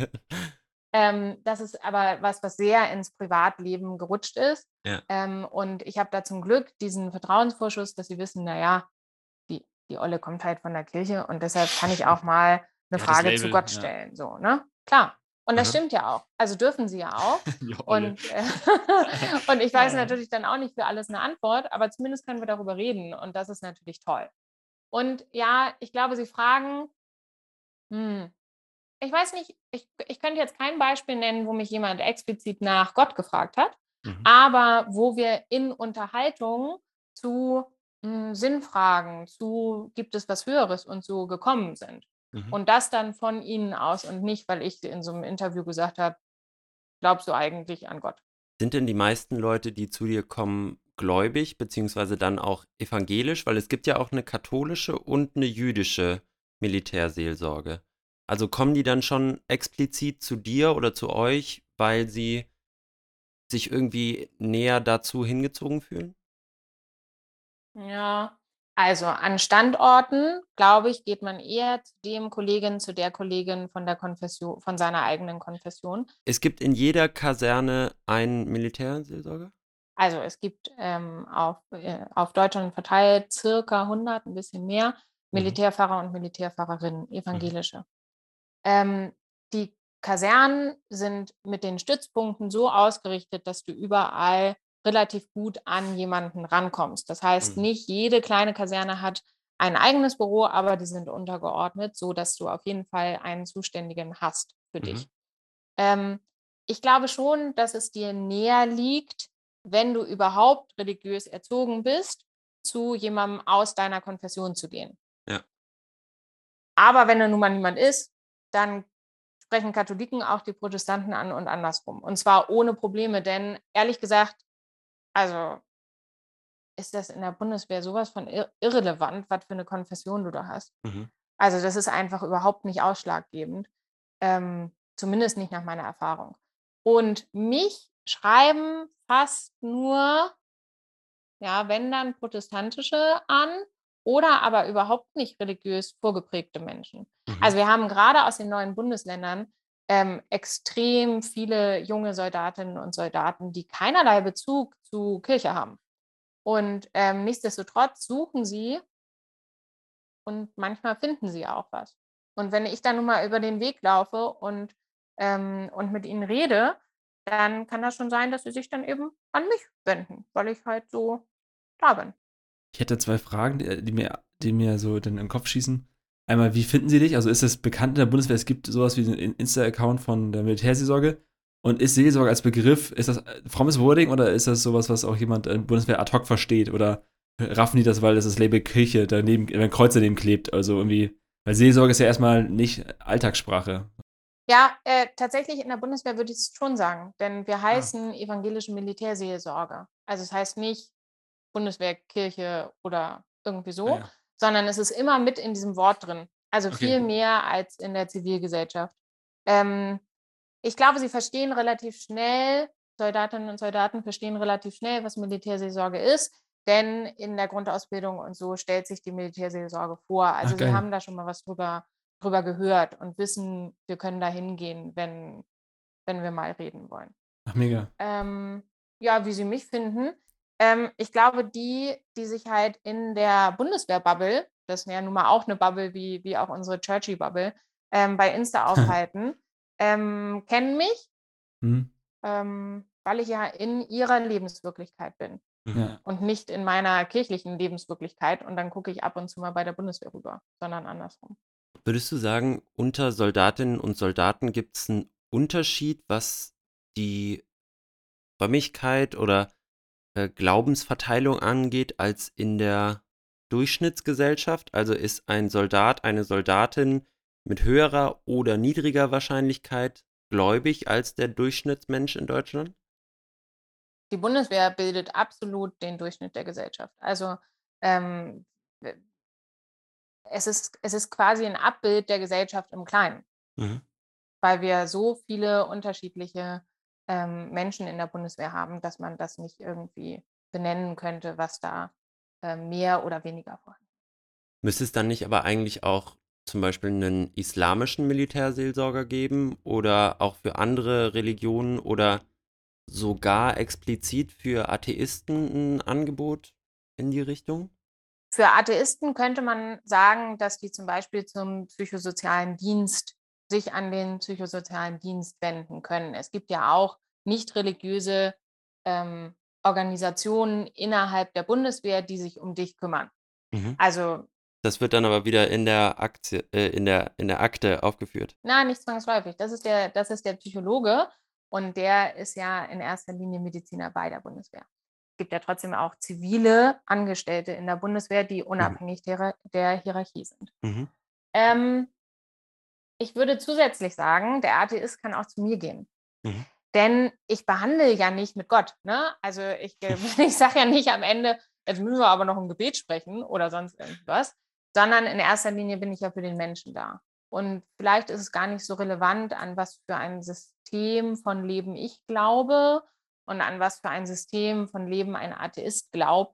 Das ist aber was sehr ins Privatleben gerutscht ist. Ja. Und ich habe da zum Glück diesen Vertrauensvorschuss, dass sie wissen, naja, die Olle kommt halt von der Kirche und deshalb kann ich auch mal eine Frage zu Gott stellen. So, ne? Klar. Und das stimmt ja auch. Also dürfen sie ja auch. Und ich weiß natürlich dann auch nicht für alles eine Antwort, aber zumindest können wir darüber reden und das ist natürlich toll. Und ja, ich glaube, sie fragen, ich weiß nicht, ich könnte jetzt kein Beispiel nennen, wo mich jemand explizit nach Gott gefragt hat, aber wo wir in Unterhaltung zu Sinnfragen, zu gibt es was Höheres und so gekommen sind. Und das dann von ihnen aus und nicht, weil ich in so einem Interview gesagt habe, glaubst du eigentlich an Gott? Sind denn die meisten Leute, die zu dir kommen, gläubig, beziehungsweise dann auch evangelisch? Weil es gibt ja auch eine katholische und eine jüdische Militärseelsorge. Also kommen die dann schon explizit zu dir oder zu euch, weil sie sich irgendwie näher dazu hingezogen fühlen? Ja, Also an Standorten, glaube ich, geht man eher zu dem Kollegen, zu der Kollegin von der Konfession, von seiner eigenen Konfession. Es gibt in jeder Kaserne einen Militärseelsorger? Also es gibt auf Deutschland verteilt circa 100, ein bisschen mehr, Militärpfarrer und Militärpfarrerinnen, evangelische. Die Kasernen sind mit den Stützpunkten so ausgerichtet, dass du überall relativ gut an jemanden rankommst. Das heißt, nicht jede kleine Kaserne hat ein eigenes Büro, aber die sind untergeordnet, so dass du auf jeden Fall einen Zuständigen hast für dich. Ich glaube schon, dass es dir näher liegt, wenn du überhaupt religiös erzogen bist, zu jemandem aus deiner Konfession zu gehen. Ja. Aber wenn er nun mal niemand ist, dann sprechen Katholiken auch die Protestanten an und andersrum. Und zwar ohne Probleme, denn ehrlich gesagt, also ist das in der Bundeswehr sowas von irrelevant, was für eine Konfession du da hast. Also das ist einfach überhaupt nicht ausschlaggebend, zumindest nicht nach meiner Erfahrung. Und mich schreiben fast nur, ja, wenn dann protestantische an oder aber überhaupt nicht religiös vorgeprägte Menschen. Also wir haben gerade aus den neuen Bundesländern extrem viele junge Soldatinnen und Soldaten, die keinerlei Bezug zu Kirche haben. Und nichtsdestotrotz suchen sie und manchmal finden sie auch was. Und wenn ich dann nun mal über den Weg laufe und mit ihnen rede, dann kann das schon sein, dass sie sich dann eben an mich wenden, weil ich halt so da bin. Ich hätte 2 Fragen, die mir so dann in den Kopf schießen. Einmal, wie finden Sie dich? Also ist es bekannt in der Bundeswehr, es gibt sowas wie einen Insta-Account von der Militärseelsorge. Und ist Seelsorge als Begriff, ist das frommes Wording oder ist das sowas, was auch jemand in der Bundeswehr ad hoc versteht? Oder raffen die das, weil das Label Kirche daneben, ein Kreuz daneben klebt? Also irgendwie, weil Seelsorge ist ja erstmal nicht Alltagssprache. Ja, tatsächlich in der Bundeswehr würde ich es schon sagen, denn wir heißen evangelische Militärseelsorge. Also es heißt nicht Bundeswehr, Kirche oder irgendwie so, sondern es ist immer mit in diesem Wort drin. Also viel mehr als in der Zivilgesellschaft. Ich glaube, sie verstehen relativ schnell, Soldatinnen und Soldaten verstehen relativ schnell, was Militärseelsorge ist, denn in der Grundausbildung und so stellt sich die Militärseelsorge vor. Also sie haben da schon mal was drüber gehört und wissen, wir können da hingehen, wenn wir mal reden wollen. Ach, mega. Ja, wie sie mich finden. Ich glaube, die sich halt in der Bundeswehr-Bubble, das ist ja nun mal auch eine Bubble wie auch unsere Churchy-Bubble, bei Insta aufhalten, kennen mich, weil ich ja in ihrer Lebenswirklichkeit bin und nicht in meiner kirchlichen Lebenswirklichkeit. Und dann gucke ich ab und zu mal bei der Bundeswehr rüber, sondern andersrum. Würdest du sagen, unter Soldatinnen und Soldaten gibt es einen Unterschied, was die Frömmigkeit oder Glaubensverteilung angeht, als in der Durchschnittsgesellschaft? Also ist ein Soldat, eine Soldatin mit höherer oder niedriger Wahrscheinlichkeit gläubig als der Durchschnittsmensch in Deutschland? Die Bundeswehr bildet absolut den Durchschnitt der Gesellschaft. Also es ist quasi ein Abbild der Gesellschaft im Kleinen, weil wir so viele unterschiedliche Menschen in der Bundeswehr haben, dass man das nicht irgendwie benennen könnte, was da mehr oder weniger vorhanden ist. Müsste es dann nicht aber eigentlich auch zum Beispiel einen islamischen Militärseelsorger geben oder auch für andere Religionen oder sogar explizit für Atheisten ein Angebot in die Richtung? Für Atheisten könnte man sagen, dass die zum Beispiel zum psychosozialen Dienst sich an den psychosozialen Dienst wenden können. Es gibt ja auch nicht religiöse Organisationen innerhalb der Bundeswehr, die sich um dich kümmern. Also das wird dann aber wieder in der Akte aufgeführt. Nein, nicht zwangsläufig. Das ist der Psychologe und der ist ja in erster Linie Mediziner bei der Bundeswehr. Es gibt ja trotzdem auch zivile Angestellte in der Bundeswehr, die unabhängig der Hierarchie sind. Ich würde zusätzlich sagen, der Atheist kann auch zu mir gehen. Denn ich behandle ja nicht mit Gott. Ne? Also ich sage ja nicht am Ende, jetzt müssen wir aber noch ein Gebet sprechen oder sonst irgendwas, sondern in erster Linie bin ich ja für den Menschen da. Und vielleicht ist es gar nicht so relevant, an was für ein System von Leben ich glaube und an was für ein System von Leben ein Atheist glaubt.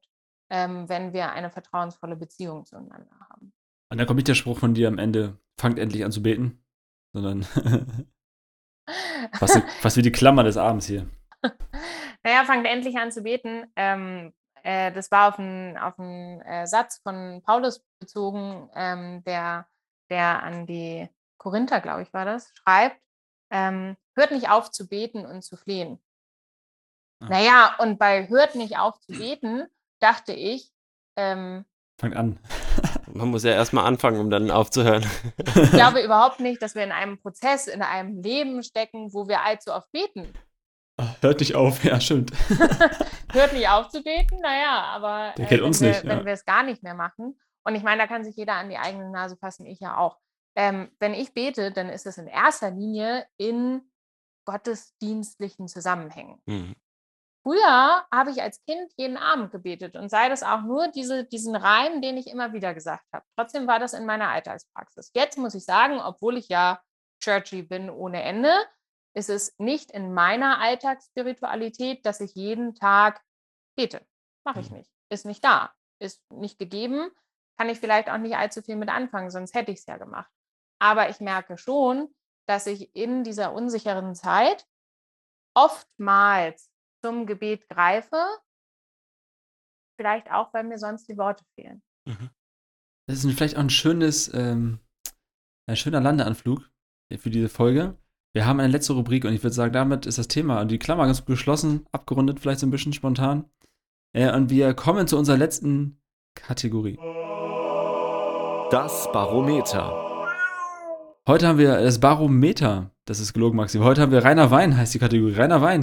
wenn wir eine vertrauensvolle Beziehung zueinander haben. Und dann kommt nicht der Spruch von dir am Ende, fangt endlich an zu beten, sondern fast wie die Klammer des Abends hier. Naja, fangt endlich an zu beten. Das war auf einen Satz von Paulus bezogen, der an die Korinther, glaube ich, war das, schreibt, hört nicht auf zu beten und zu flehen. Ah. Naja, und bei hört nicht auf zu beten, dachte ich, Fangt an. Man muss ja erstmal anfangen, um dann aufzuhören. ich glaube überhaupt nicht, dass wir in einem Prozess, in einem Leben stecken, wo wir allzu oft beten. Hört nicht auf, ja, stimmt. Hört nicht auf zu beten, naja, aber Der kennt uns nicht, wenn ja. wir es gar nicht mehr machen, und ich meine, da kann sich jeder an die eigene Nase fassen, ich ja auch. Wenn ich bete, dann ist es in erster Linie in gottesdienstlichen Zusammenhängen. Mhm. Früher habe ich als Kind jeden Abend gebetet und sei das auch nur diesen Reim, den ich immer wieder gesagt habe. Trotzdem war das in meiner Alltagspraxis. Jetzt muss ich sagen, obwohl ich ja churchy bin ohne Ende, ist es nicht in meiner Alltagsspiritualität, dass ich jeden Tag bete. Mache ich nicht. Ist nicht da. Ist nicht gegeben. Kann ich vielleicht auch nicht allzu viel mit anfangen, sonst hätte ich es ja gemacht. Aber ich merke schon, dass ich in dieser unsicheren Zeit oftmals zum Gebet greife, vielleicht auch, weil mir sonst die Worte fehlen. Das ist vielleicht auch ein schöner Landeanflug für diese Folge. Wir haben eine letzte Rubrik und ich würde sagen, damit ist das Thema und die Klammer ganz gut geschlossen, abgerundet, vielleicht so ein bisschen spontan. Und wir kommen zu unserer letzten Kategorie. Das Barometer. Heute haben wir das Barometer. Das ist gelogen, Maxi. Heute haben wir Reiner Wein, heißt die Kategorie. Reiner Wein.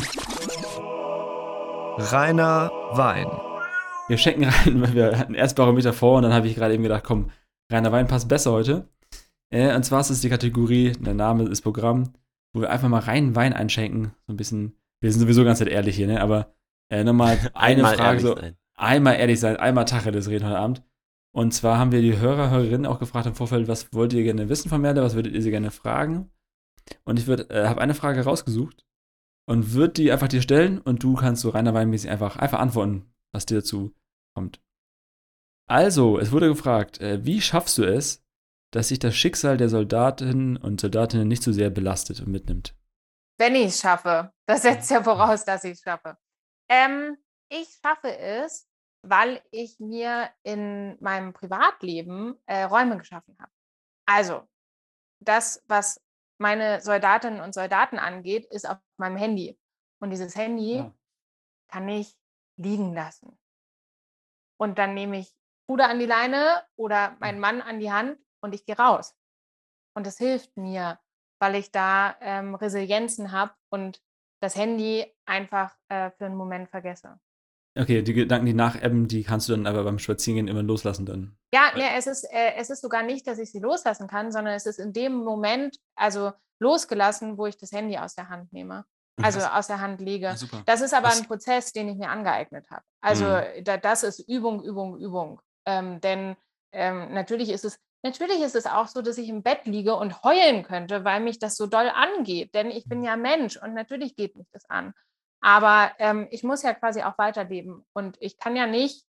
Reiner Wein. Wir schenken rein, weil wir hatten erst Barometer vor und dann habe ich gerade eben gedacht, komm, Reiner Wein passt besser heute. Und zwar ist es die Kategorie, der Name ist Programm, wo wir einfach mal reinen Wein einschenken. So ein bisschen, wir sind sowieso ganz ehrlich hier, ne? Aber nochmal eine Frage, so einmal ehrlich sein, einmal Tacheles reden heute Abend. Und zwar haben wir die Hörerinnen auch gefragt im Vorfeld, was wollt ihr gerne wissen von Merle, was würdet ihr sie gerne fragen? Und ich habe eine Frage rausgesucht und würde die einfach dir stellen und du kannst so reiner Weinmäßig einfach antworten, was dir dazu kommt. Also, es wurde gefragt, wie schaffst du es, dass sich das Schicksal der Soldatinnen und Soldatinnen nicht so sehr belastet und mitnimmt? Wenn ich es schaffe. Das setzt ja voraus, dass ich es schaffe. Ich schaffe es, weil ich mir in meinem Privatleben Räume geschaffen habe. Also, das, was meine Soldatinnen und Soldaten angeht, ist auf meinem Handy. Und dieses Handy kann ich liegen lassen. Und dann nehme ich Bruder an die Leine oder meinen Mann an die Hand und ich gehe raus. Und das hilft mir, weil ich da Resilienzen habe und das Handy einfach für einen Moment vergesse. Okay, die Gedanken, die nachebben, die kannst du dann aber beim Spazierengehen immer loslassen dann. Ja, nee, es ist sogar nicht, dass ich sie loslassen kann, sondern es ist in dem Moment, also losgelassen, wo ich das Handy aus der Hand nehme. Also aus der Hand lege. Ja, super. Das ist aber ein Prozess, den ich mir angeeignet habe. Also das ist Übung, Übung, Übung. Denn natürlich ist es auch so, dass ich im Bett liege und heulen könnte, weil mich das so doll angeht. Denn ich bin ja Mensch und natürlich geht mich das an. Aber ich muss ja quasi auch weiterleben. Und ich kann ja nicht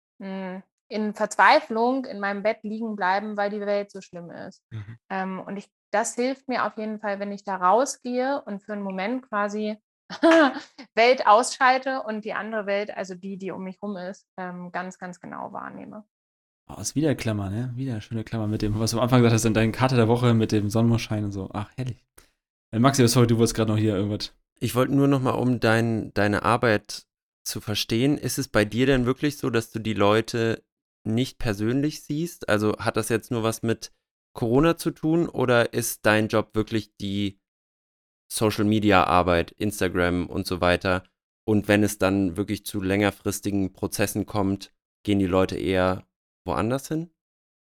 in Verzweiflung in meinem Bett liegen bleiben, weil die Welt so schlimm ist. Und das hilft mir auf jeden Fall, wenn ich da rausgehe und für einen Moment quasi Welt ausschalte und die andere Welt, also die um mich rum ist, ganz, ganz genau wahrnehme. Oh, ist wieder Klammer, ne? Wieder eine schöne Klammer mit dem, was du am Anfang gesagt hast, in deinen Karte der Woche mit dem Sonnenschein und so. Ach, herrlich. Maxi, sorry, du wolltest gerade noch hier irgendwas. Ich wollte nur noch mal, um deine Arbeit zu verstehen, ist es bei dir denn wirklich so, dass du die Leute nicht persönlich siehst? Also hat das jetzt nur was mit Corona zu tun oder ist dein Job wirklich die Social-Media-Arbeit, Instagram und so weiter? Und wenn es dann wirklich zu längerfristigen Prozessen kommt, gehen die Leute eher woanders hin?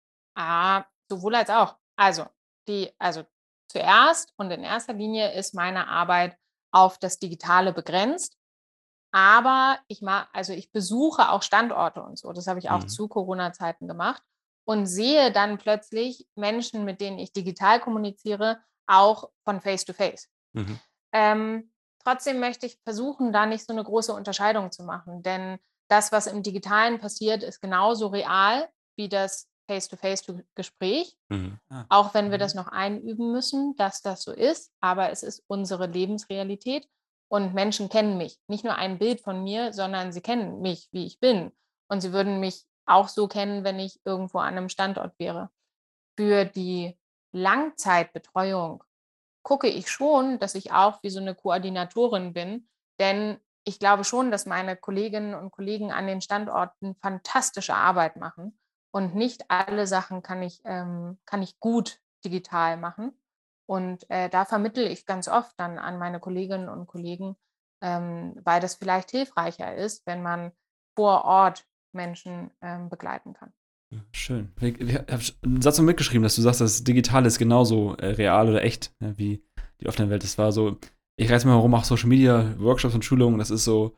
Sowohl als auch. Also zuerst und in erster Linie ist meine Arbeit auf das Digitale begrenzt. Aber ich besuche auch Standorte und so. Das habe ich auch zu Corona-Zeiten gemacht und sehe dann plötzlich Menschen, mit denen ich digital kommuniziere, auch von Face-to-Face. Trotzdem möchte ich versuchen, da nicht so eine große Unterscheidung zu machen, denn das, was im Digitalen passiert, ist genauso real wie das Face-to-Face-Gespräch. Auch wenn wir das noch einüben müssen, dass das so ist, aber es ist unsere Lebensrealität und Menschen kennen mich. Nicht nur ein Bild von mir, sondern sie kennen mich, wie ich bin. Und sie würden mich auch so kennen, wenn ich irgendwo an einem Standort wäre. Für die Langzeitbetreuung gucke ich schon, dass ich auch wie so eine Koordinatorin bin, denn ich glaube schon, dass meine Kolleginnen und Kollegen an den Standorten fantastische Arbeit machen und nicht alle Sachen kann ich gut digital machen. Und da vermittle ich ganz oft dann an meine Kolleginnen und Kollegen, weil das vielleicht hilfreicher ist, wenn man vor Ort Menschen begleiten kann. Schön. Ich habe einen Satz noch mitgeschrieben, dass du sagst, das Digitale ist genauso real oder echt, ne, wie die Offline-Welt. Das war so, ich reise mal herum, mache Social Media, Workshops und Schulungen, das ist so,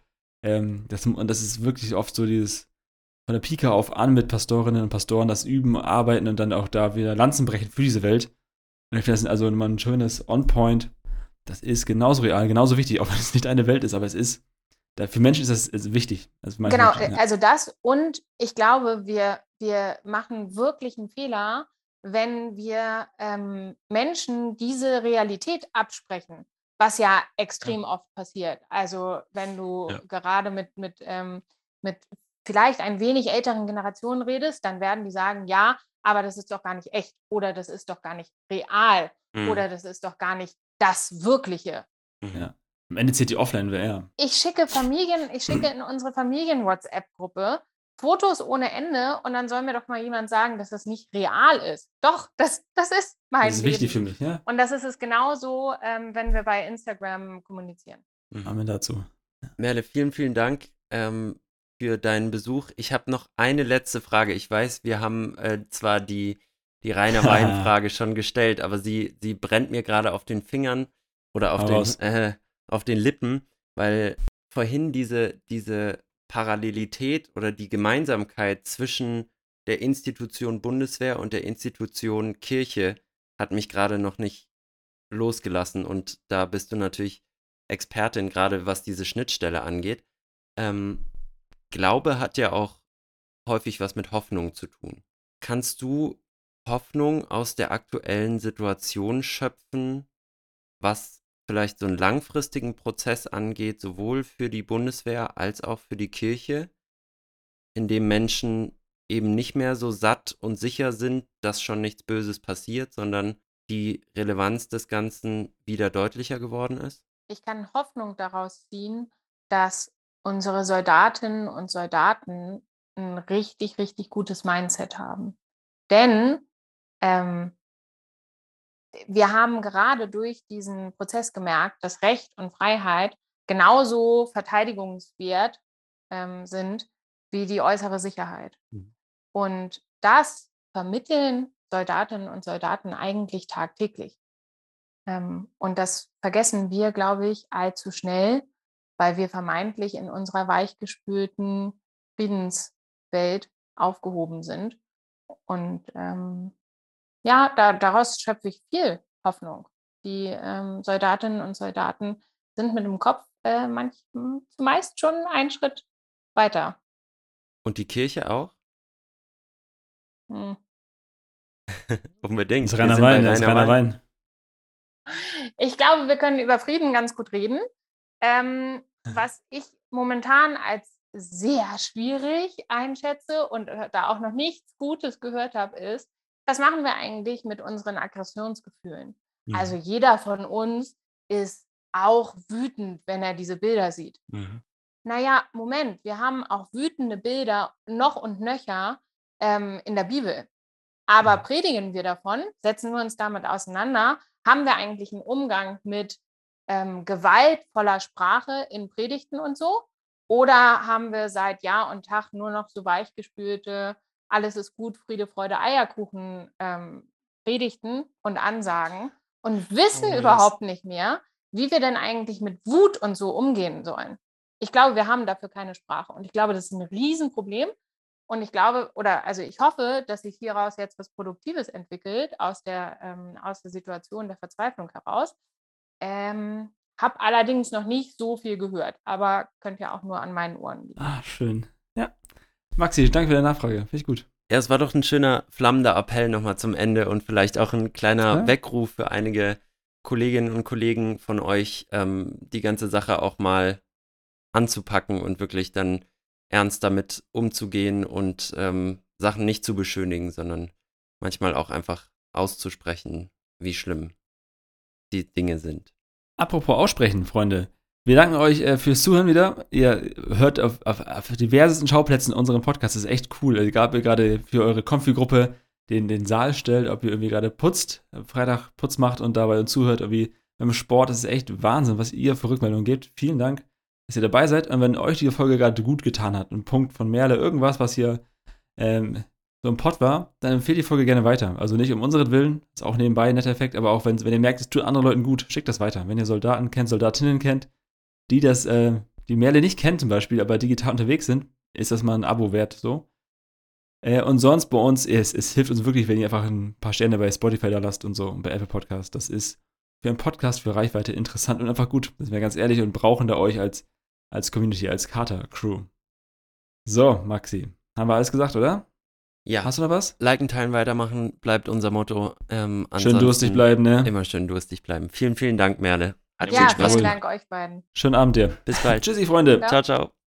und das ist wirklich oft so dieses von der Pike auf an mit Pastorinnen und Pastoren, das Üben, Arbeiten und dann auch da wieder Lanzen brechen für diese Welt. Und ich finde, das ist also immer ein schönes On-Point. Das ist genauso real, genauso wichtig, auch wenn es nicht eine Welt ist, aber es ist, für Menschen ist das wichtig. Also für manche Genau, Menschen, ja. also das und ich glaube, wir machen wirklich einen Fehler, wenn wir Menschen diese Realität absprechen, was ja extrem oft passiert. Also wenn du gerade mit vielleicht ein wenig älteren Generationen redest, dann werden die sagen, ja, aber das ist doch gar nicht echt oder das ist doch gar nicht real oder das ist doch gar nicht das Wirkliche. Ja. Am Ende zählt die Offline-Welt, ja. Ich schicke in unsere Familien-WhatsApp-Gruppe Fotos ohne Ende und dann soll mir doch mal jemand sagen, dass das nicht real ist. Doch, das ist mein Leben. Das ist wichtig für mich, ja. Und das ist es genauso, wenn wir bei Instagram kommunizieren. Amen dazu. Merle, vielen, vielen Dank für deinen Besuch. Ich habe noch eine letzte Frage. Ich weiß, wir haben zwar die Rainer Wein-Frage schon gestellt, aber sie brennt mir gerade auf den Fingern oder auf den Lippen, weil vorhin diese Parallelität oder die Gemeinsamkeit zwischen der Institution Bundeswehr und der Institution Kirche hat mich gerade noch nicht losgelassen und da bist du natürlich Expertin, gerade was diese Schnittstelle angeht. Glaube hat ja auch häufig was mit Hoffnung zu tun. Kannst du Hoffnung aus der aktuellen Situation schöpfen, was vielleicht so einen langfristigen Prozess angeht, sowohl für die Bundeswehr als auch für die Kirche, in dem Menschen eben nicht mehr so satt und sicher sind, dass schon nichts Böses passiert, sondern die Relevanz des Ganzen wieder deutlicher geworden ist? Ich kann Hoffnung daraus ziehen, dass unsere Soldatinnen und Soldaten ein richtig, richtig gutes Mindset haben. Denn wir haben gerade durch diesen Prozess gemerkt, dass Recht und Freiheit genauso verteidigungswert sind wie die äußere Sicherheit. Und das vermitteln Soldatinnen und Soldaten eigentlich tagtäglich. Und das vergessen wir, glaube ich, allzu schnell, weil wir vermeintlich in unserer weichgespülten Friedenswelt aufgehoben sind. Und daraus schöpfe ich viel Hoffnung. Die Soldatinnen und Soldaten sind mit dem Kopf zumeist schon einen Schritt weiter. Und die Kirche auch? Hm. Unbedingt. Das ist reiner Wein. Ich glaube, wir können über Frieden ganz gut reden. Was ich momentan als sehr schwierig einschätze und da auch noch nichts Gutes gehört habe, ist, was machen wir eigentlich mit unseren Aggressionsgefühlen? Also jeder von uns ist auch wütend, wenn er diese Bilder sieht. Naja, Moment, wir haben auch wütende Bilder noch und nöcher in der Bibel. Aber predigen wir davon, setzen wir uns damit auseinander, haben wir eigentlich einen Umgang mit gewaltvoller Sprache in Predigten und so? Oder haben wir seit Jahr und Tag nur noch so weichgespülte, alles ist gut, Friede, Freude, Eierkuchen Predigten und Ansagen und wissen überhaupt nicht mehr, wie wir denn eigentlich mit Wut und so umgehen sollen? Ich glaube, wir haben dafür keine Sprache. Und ich glaube, das ist ein Riesenproblem. Und ich glaube, ich hoffe, dass sich hieraus jetzt was Produktives entwickelt aus der Situation der Verzweiflung heraus. Habe allerdings noch nicht so viel gehört, aber könnte ja auch nur an meinen Ohren liegen. Schön. Maxi, danke für deine Nachfrage. Finde ich gut. Ja, es war doch ein schöner, flammender Appell nochmal zum Ende und vielleicht auch ein kleiner Ja. Weckruf für einige Kolleginnen und Kollegen von euch, die ganze Sache auch mal anzupacken und wirklich dann ernst damit umzugehen und Sachen nicht zu beschönigen, sondern manchmal auch einfach auszusprechen, wie schlimm die Dinge sind. Apropos aussprechen, Freunde. Wir danken euch fürs Zuhören wieder. Ihr hört auf diversesten Schauplätzen unseren Podcast. Das ist echt cool. Egal, ob ihr gerade für eure Konfi-Gruppe den Saal stellt, ob ihr irgendwie gerade putzt, Freitag Putz macht und dabei uns zuhört, irgendwie beim Sport. Das ist echt Wahnsinn, was ihr für Rückmeldungen gebt. Vielen Dank, dass ihr dabei seid. Und wenn euch die Folge gerade gut getan hat, ein Punkt von Merle, irgendwas, was hier so im Pod war, dann empfehlt die Folge gerne weiter. Also nicht um unseren Willen, ist auch nebenbei ein netter Effekt, aber auch wenn ihr merkt, es tut anderen Leuten gut, schickt das weiter. Wenn ihr Soldaten kennt, Soldatinnen kennt, die Merle nicht kennt zum Beispiel, aber digital unterwegs sind, ist das mal ein Abo wert, so. Und sonst bei uns, es hilft uns wirklich, wenn ihr einfach ein paar Sterne bei Spotify da lasst und so und bei Apple Podcast. Das ist für einen Podcast für Reichweite interessant und einfach gut. Das wäre ganz ehrlich und brauchen da euch als Community, als Kater-Crew. So, Maxi, haben wir alles gesagt, oder? Ja, Hast du noch was? liken, teilen, weitermachen bleibt unser Motto. Schön Ansonsten durstig bleiben, ne? Immer schön durstig bleiben. Vielen, vielen Dank, Merle. Hat Ja, viel Spaß vielen gemacht. Dank euch beiden. Schönen Abend dir. Bis bald. Tschüssi, Freunde. Ja. Ciao, ciao.